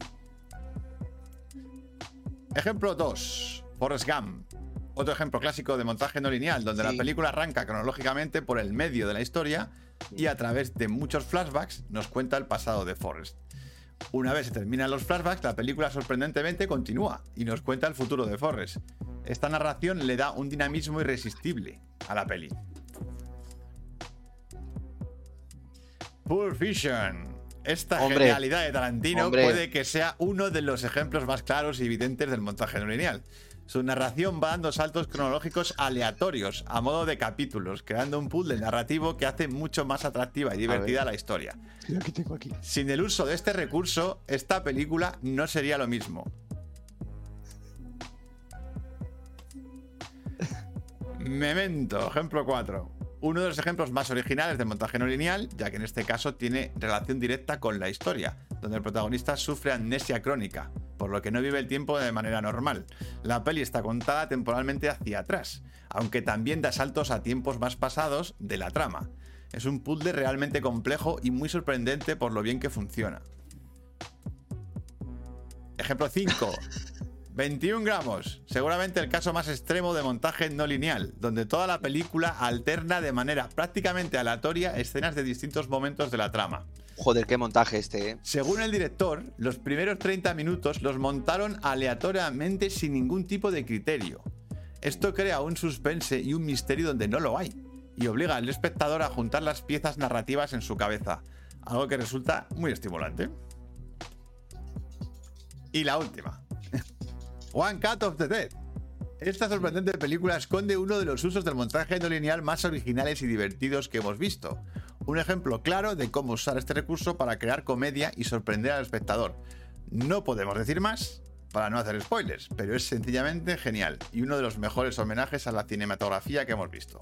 Ejemplo dos. Forrest Gump. Otro ejemplo clásico de montaje no lineal, donde Sí. la película arranca cronológicamente por el medio de la historia y a través de muchos flashbacks nos cuenta el pasado de Forrest. Una vez se terminan los flashbacks, la película sorprendentemente continúa y nos cuenta el futuro de Forrest. Esta narración le da un dinamismo irresistible a la peli. Pulp Fiction. Esta Hombre. genialidad de Tarantino Hombre. puede que sea uno de los ejemplos más claros y evidentes del montaje no lineal. Su narración va dando saltos cronológicos aleatorios, a modo de capítulos, creando un puzzle narrativo que hace mucho más atractiva y divertida la historia. Lo que tengo aquí. Sin el uso de este recurso, esta película no sería lo mismo. Memento, ejemplo cuatro. Uno de los ejemplos más originales de montaje no lineal, ya que en este caso tiene relación directa con la historia, donde el protagonista sufre amnesia crónica, por lo que no vive el tiempo de manera normal. La peli está contada temporalmente hacia atrás, aunque también da saltos a tiempos más pasados de la trama. Es un puzzle realmente complejo y muy sorprendente por lo bien que funciona. Ejemplo cinco. veintiún gramos. Seguramente el caso más extremo de montaje no lineal, donde toda la película alterna de manera prácticamente aleatoria escenas de distintos momentos de la trama. Joder, qué montaje este, ¿eh? Según el director, los primeros treinta minutos los montaron aleatoriamente sin ningún tipo de criterio. Esto crea un suspense y un misterio donde no lo hay, y obliga al espectador a juntar las piezas narrativas en su cabeza, algo que resulta muy estimulante. Y la última. One Cut of the Dead. Esta sorprendente película esconde uno de los usos del montaje no lineal más originales y divertidos que hemos visto. un ejemplo claro de cómo usar este recurso para crear comedia y sorprender al espectador. No podemos decir más para no hacer spoilers, pero es sencillamente genial y uno de los mejores homenajes a la cinematografía que hemos visto.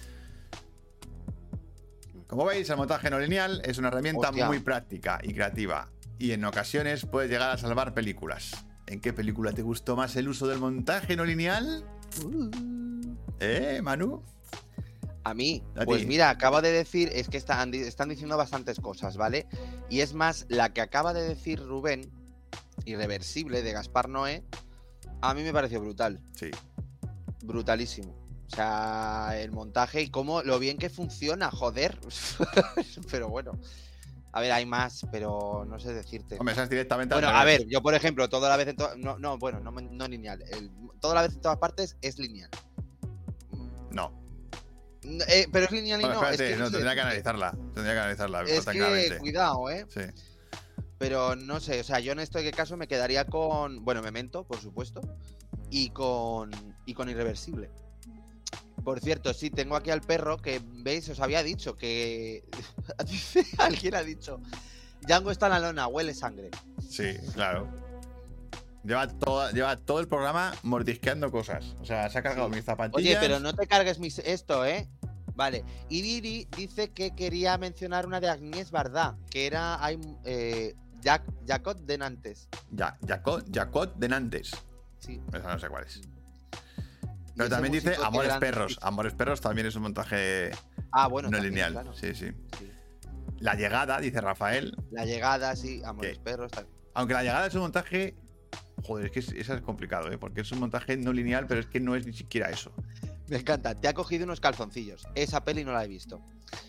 Como veis, el montaje no lineal es una herramienta Hostia. muy práctica y creativa, y en ocasiones puede llegar a salvar películas. ¿En qué película te gustó más el uso del montaje no lineal? ¿Eh, Manu? A mí, A pues ti. mira, acaba de decir, es que están, di- están diciendo bastantes cosas, ¿vale? Y es más, la que acaba de decir Rubén, Irreversible, de Gaspar Noé, a mí me pareció brutal, Sí. brutalísimo. O sea, el montaje y cómo, lo bien que funciona, joder. Pero bueno, a ver, hay más, pero no sé decirte. Hombre, esa es directamente al Bueno, a revés. ver, yo por ejemplo, toda la vez en todas... No, no, bueno, no, no lineal. El, toda la vez en todas partes es lineal. No. No, eh, pero es lineal y Bueno, no. espérate, es que no, sé tendría que decirte. analizarla. Tendría que analizarla. Es que, tranquilamente. cuidado, ¿eh? Sí. Pero no sé, o sea, yo en este caso me quedaría con, bueno, Memento, por supuesto, y con y con Irreversible. Por cierto, sí, tengo aquí al perro que, ¿veis? Os había dicho que... Dice, alguien ha dicho, Django está en la lona, huele sangre. Sí, claro. Lleva, toda, lleva todo el programa mordisqueando cosas. O sea, se ha cargado Sí. mis zapatillas. Oye, pero no te cargues mis, esto, ¿eh? Vale. Y Diri dice que quería mencionar una de Agnès Varda, que era hay, eh, Jac, Jacot de Nantes. Ya, Jacot, Jacot de Nantes. Sí. Esa no sé cuál es. Y Pero ese también dice músico que Amores eran- Perros. Amores Perros también es un montaje Ah, bueno, no también, lineal. claro. Sí, sí. Sí. La llegada, dice Rafael. La llegada, sí, Amores ¿Qué? Perros también. Aunque la llegada es un montaje. Joder, es que es- esa es complicado, ¿eh? Porque es un montaje no lineal, pero es que no es ni siquiera eso. Me encanta. Te ha cogido unos calzoncillos. Esa peli no la he visto.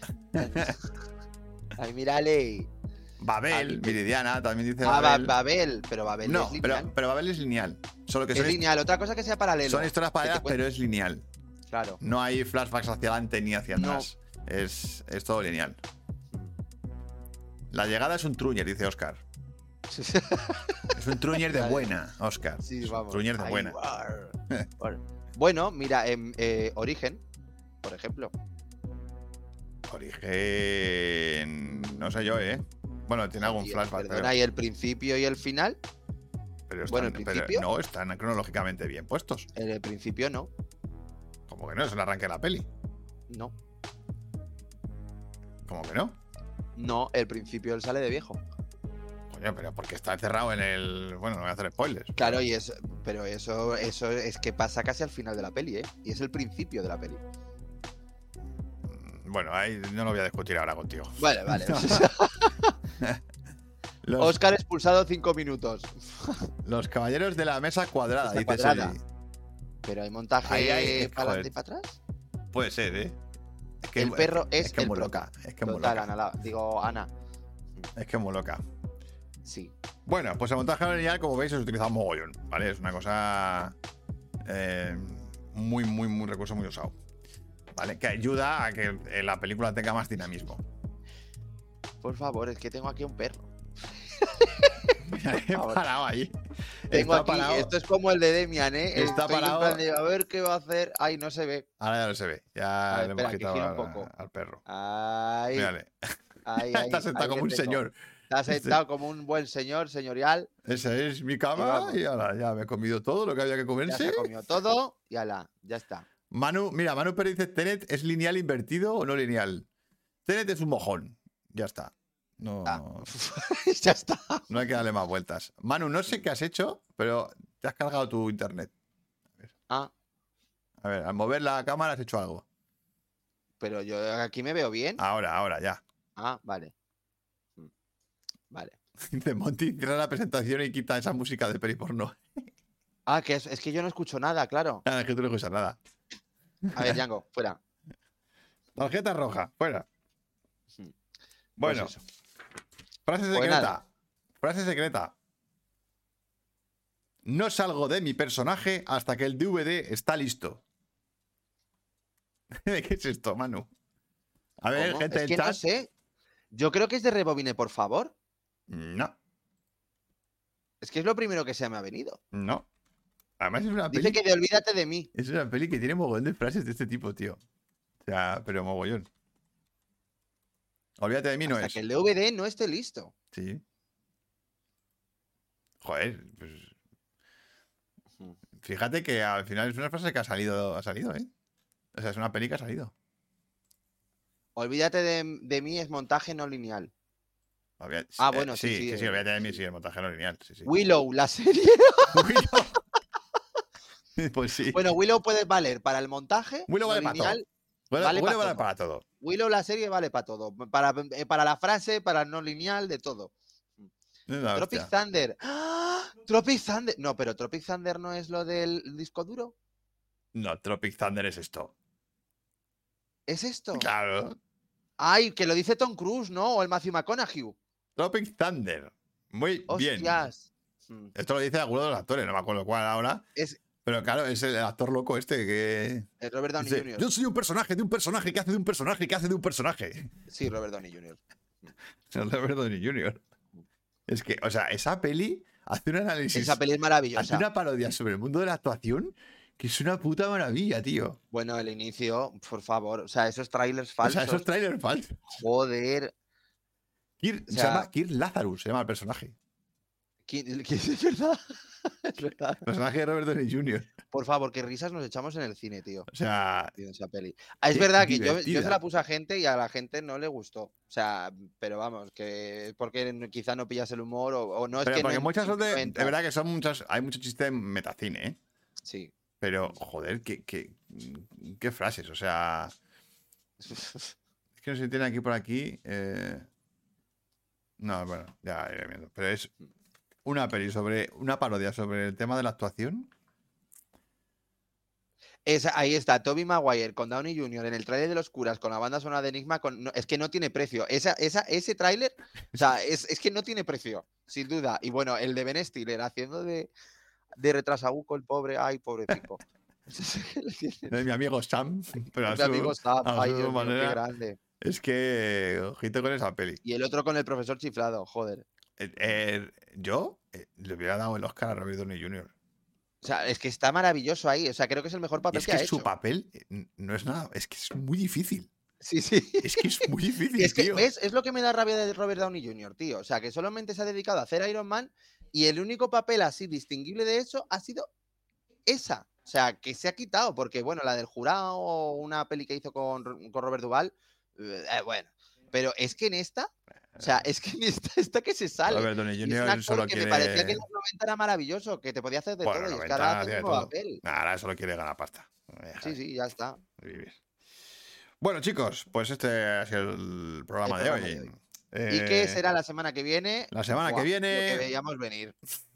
Ay, mírale. Babel, Ah, Viridiana, también dice Ah, Ba- Babel. Babel, pero Babel no, es pero, lineal. pero Babel es lineal. Solo que Es son, hist- lineal, otra cosa que sea paralelo. son historias Que te paralelas, cuente- pero es lineal. Claro. No hay flashbacks hacia adelante ni hacia No. atrás. Es, es todo lineal. La llegada es un truñer, dice Oscar. Es un truñer de Vale. buena, Oscar. Sí, Es un vamos. truñer de Ahí buena. va. Bueno. Bueno, mira, em, eh, Origen, por ejemplo. Origen. No sé yo, ¿eh? Bueno, tiene algún Y, flashback. perdona, pero, ¿y el principio y el final? pero bueno, están- el pero principio. no, están cronológicamente bien puestos. En el principio no. Como que no, es el arranque de la peli. No. Como que no. No, el principio él sale de viejo. Coño, pero porque está encerrado en el. Bueno, no voy a hacer spoilers. Claro, y es, pero eso, eso es que pasa casi al final de la peli, ¿eh? Y es el principio de la peli. Bueno, ahí no lo voy a discutir ahora contigo. Vale, vale. Los, Oscar expulsado cinco minutos. los caballeros de la mesa cuadrada, Mesa dice cuadrada. Sergi. Pero hay montaje Ahí hay- para adelante joder. y para atrás. Puede ser, ¿eh? Es que El perro es es que el muy prota. loca. Es que muy Total, loca. Ana, la- digo, Ana. Es que muy loca. Sí. Bueno, pues el montaje no lineal, como veis, es utilizado mogollón, ¿vale? Es una cosa eh, muy, muy, muy recurso muy usado. ¿Vale? Que ayuda a que eh, la película tenga más dinamismo. Por favor, es que tengo aquí un perro. He favor. parado ahí. Tengo Está aquí, parado. esto es como el de Demian, ¿eh? Está Estoy en parado. plan de, a ver qué va a hacer. Ay, no se ve. Ahora ya no se ve. Ya A ver, le espera, hemos que quitado gire un al, poco. al perro. Ay, Mírale. ay, ay, Está sentado ahí como le un tengo. señor. Está sentado como un buen señor, señorial. Esa es mi Y cama vamos. y ahora ya me he comido todo lo que había que Ya comerse. se comió todo y ala, ya está. Manu, mira, Manu Pérez dice, ¿Tenet es lineal invertido o no lineal? Tenet es un mojón. Ya está. No, Ah. Ya está. no hay que darle más vueltas. Manu, no sé qué has hecho, pero te has cargado tu internet. Ah, A ver, al mover la cámara has hecho algo. pero yo aquí me veo bien. Ahora, ahora, ya. Ah, vale. Mm. Vale. Dice Monty, cierra la presentación y quita esa música de peli porno. Ah, que es, es que yo no escucho nada, claro. Nada, es que tú no escuchas nada. A ver, Django, fuera. Tarjeta roja, fuera. Pues Bueno, eso. frase Pues secreta. nada. Frase secreta. No salgo de mi personaje hasta que el D V D está listo. ¿De qué es esto, Manu? A ver, ¿Cómo? gente Es del que chat. no sé. Yo creo que es de Rebobine, por favor. No, Es que es lo primero que se me ha venido. no. Además es una peli. Dice que de olvídate de mí. Es una peli que tiene mogollón de frases de este tipo, tío. O sea, pero mogollón. Olvídate de mí no Hasta es. que el D V D no esté listo. Sí. Joder, pues Ujú. fíjate que al final es una frase que ha salido, ha salido, ¿eh? O sea, es una peli que ha salido. Olvídate de, de mí es montaje no lineal. Olvida- Ah, eh, bueno, sí, sí, sí, sí, sí, eh, olvídate de mí, sí. sí, el montaje no lineal, sí, sí. Willow, la serie. Willow. Pues sí. Bueno, Willow puede valer para el montaje Willow no vale para todo. lineal. Willow, vale Willow pa' vale todo. para todo. Willow, la serie, vale para todo. Para, eh, para la frase, para el no lineal, de todo. Es una Tropic hostia. Thunder. ¡Ah! Tropic Thunder. No, pero Tropic Thunder no es lo del disco duro. No, Tropic Thunder es esto. ¿Es esto? Claro. Ay, que lo dice Tom Cruise, ¿no? O el Matthew McConaughey. Tropic Thunder. Muy bien. Hostias. Mm. Esto lo dice alguno de los actores, no me acuerdo cuál ahora. Es Pero claro, es el actor loco este que. el Robert Downey dice, junior yo soy un personaje de un personaje que hace de un personaje que hace de un personaje. Sí, Robert Downey junior El Robert Downey junior Es que, o sea, esa peli hace un análisis. Esa peli es Hace maravillosa. una parodia sobre el mundo de la actuación que es una puta maravilla, tío. Bueno, el inicio, por favor. O sea, esos trailers O falsos. sea, esos trailers falsos. Joder. Kirk- O se sea- llama Kirk Lazarus, se llama el personaje. ¿Quién- quién- es verdad. Es verdad. El personaje de Robert Downey junior Por favor, qué risas nos echamos en el cine, tío. O sea, Viendo esa peli. Ah, es Qué verdad que yo, yo divertida. se la puse a gente y a la gente no le gustó. O sea, pero vamos, que es porque no- quizá no pillas el humor o, o no es pero que porque no, muchas son de. no De entras. verdad que son muchas. Hay mucho chiste en metacine, ¿eh? Sí. Pero, joder, qué, qué, qué frases. O sea. Es que no sé si tiene aquí por aquí. eh, No, bueno, ya iré viendo. Pero es una peli sobre. Una parodia sobre el tema de la actuación. Esa- ahí está, Tobey Maguire con Downey junior en el tráiler de los curas con la banda sonora de Enigma. Con, no, es que no tiene precio. Esa, esa, ese tráiler, o sea, es, es que no tiene precio, sin duda. Y bueno, el de Ben Stiller haciendo de, de retrasabuco, el pobre, ay, pobrecito. Es mi amigo Sam. Pero a Mi su, amigo Sam, a ay, su Dios mío, qué manera. grande. Es que. Ojito con esa peli. Y el otro con el profesor chiflado, joder. Eh, eh, yo eh, le hubiera dado el Oscar a Robert Downey junior O sea, es que está maravilloso ahí. O sea, creo que es el mejor Y papel es que, que ha su hecho. papel eh, no es nada. Es que es muy difícil. Sí, sí. Es que es muy difícil, Es que, tío. ¿ves? Es lo que me da rabia de Robert Downey junior, tío. O sea, que solamente se ha dedicado a hacer Iron Man y el único papel así distinguible de eso ha sido esa. O sea, que se ha quitado, porque, bueno, la del jurado o una peli que hizo con, con Robert Duvall, eh, bueno. Pero es que en esta, o sea, es que en esta, esta que se sale. Robert Downey Y es un junior actor solo que quiere. me parecía que en los noventa era maravilloso, que te podía hacer de Bueno, todo. Y es que noventa ahora hace hacía el de mismo todo. papel. Nah, ahora solo quiere ganar pasta. Deja Sí, de- sí, ya está. de vivir. Bueno, chicos, pues este ha sido el programa, El de, programa hoy. de hoy. Eh, ¿Y qué será la semana que viene? la semana que Buah, viene- Lo que veíamos venir.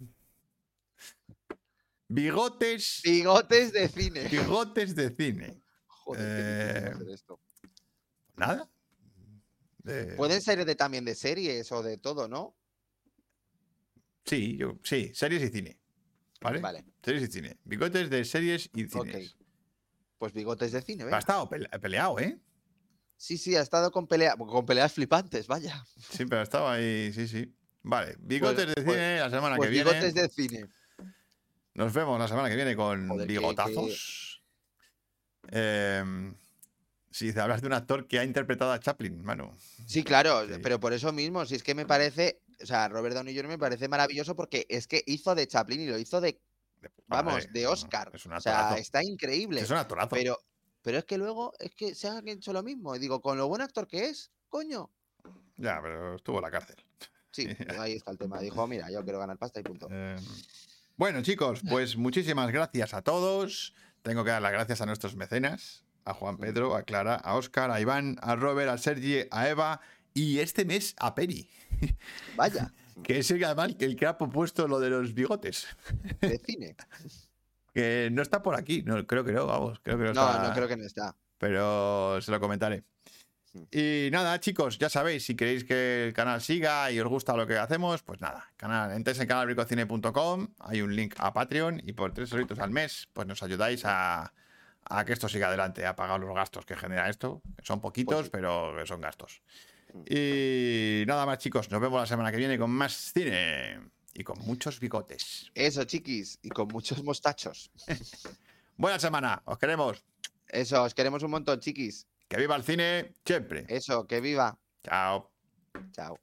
Bigotes. Bigotes de cine. Bigotes de cine. Joder, qué difícil Eh, hacer esto. Nada. Eh, Pueden ser de, también de series o de todo, ¿no? Sí, yo, sí, series y cine. ¿Vale? Vale. Series y cine. Bigotes de series y Ok. cines. Pues bigotes de cine, Ha venga. estado pele- peleado, ¿eh? Sí, sí, ha estado con, pelea, con peleas flipantes, vaya. Sí, pero estaba ahí, sí, sí. Vale, bigotes Pues- de pues- cine la semana Pues que viene. bigotes de cine. Nos vemos la semana que viene con Joder, qué- bigotazos. Eh, sí, hablas de un actor que ha interpretado a Chaplin, Manu. Sí, claro, Sí. pero por eso mismo, si es que me parece, o sea, Robert Downey junior me parece maravilloso porque es que hizo de Chaplin y lo hizo de, De puta vamos, madre. de Oscar. Es un O sea, actorazo. está increíble. Es un actorazo. Pero, pero es que luego es que se ha hecho lo mismo. Y digo, con lo buen actor que es, coño. Ya, pero estuvo en la cárcel. Sí, ahí está el tema. Dijo, mira, yo quiero ganar pasta y punto. Eh, bueno, chicos, pues muchísimas gracias a todos. Tengo que dar las gracias a nuestros mecenas, a Juan Pedro, a Clara, a Óscar, a Iván, a Robert, a Sergi, a Eva y este mes a Peri, Vaya, que es el, además, el que ha propuesto lo de los bigotes. de cine. Que no está por aquí, no, creo que no, vamos, creo que no, No, está, no creo que no está. pero se lo comentaré. Y nada, chicos, ya sabéis, si queréis que el canal siga y os gusta lo que hacemos, pues nada, canal, entréis en canal bricocine punto com, hay un link a Patreon y por tres euritos al mes, pues nos ayudáis a, a que esto siga adelante, a pagar los gastos que genera esto, que son poquitos, Pues sí. pero que son gastos. Y nada más, chicos, nos vemos la semana que viene con más cine y con muchos bigotes. Eso, chiquis, y con muchos mostachos. Buena semana, os queremos. Eso, os queremos un montón, chiquis. Que viva el cine siempre. Eso, que viva. Chao. Chao.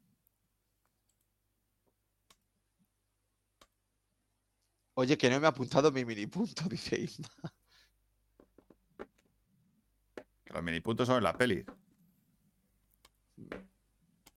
Oye, que no me ha apuntado mi mini punto, dice Isma. Que los minipuntos son en la peli.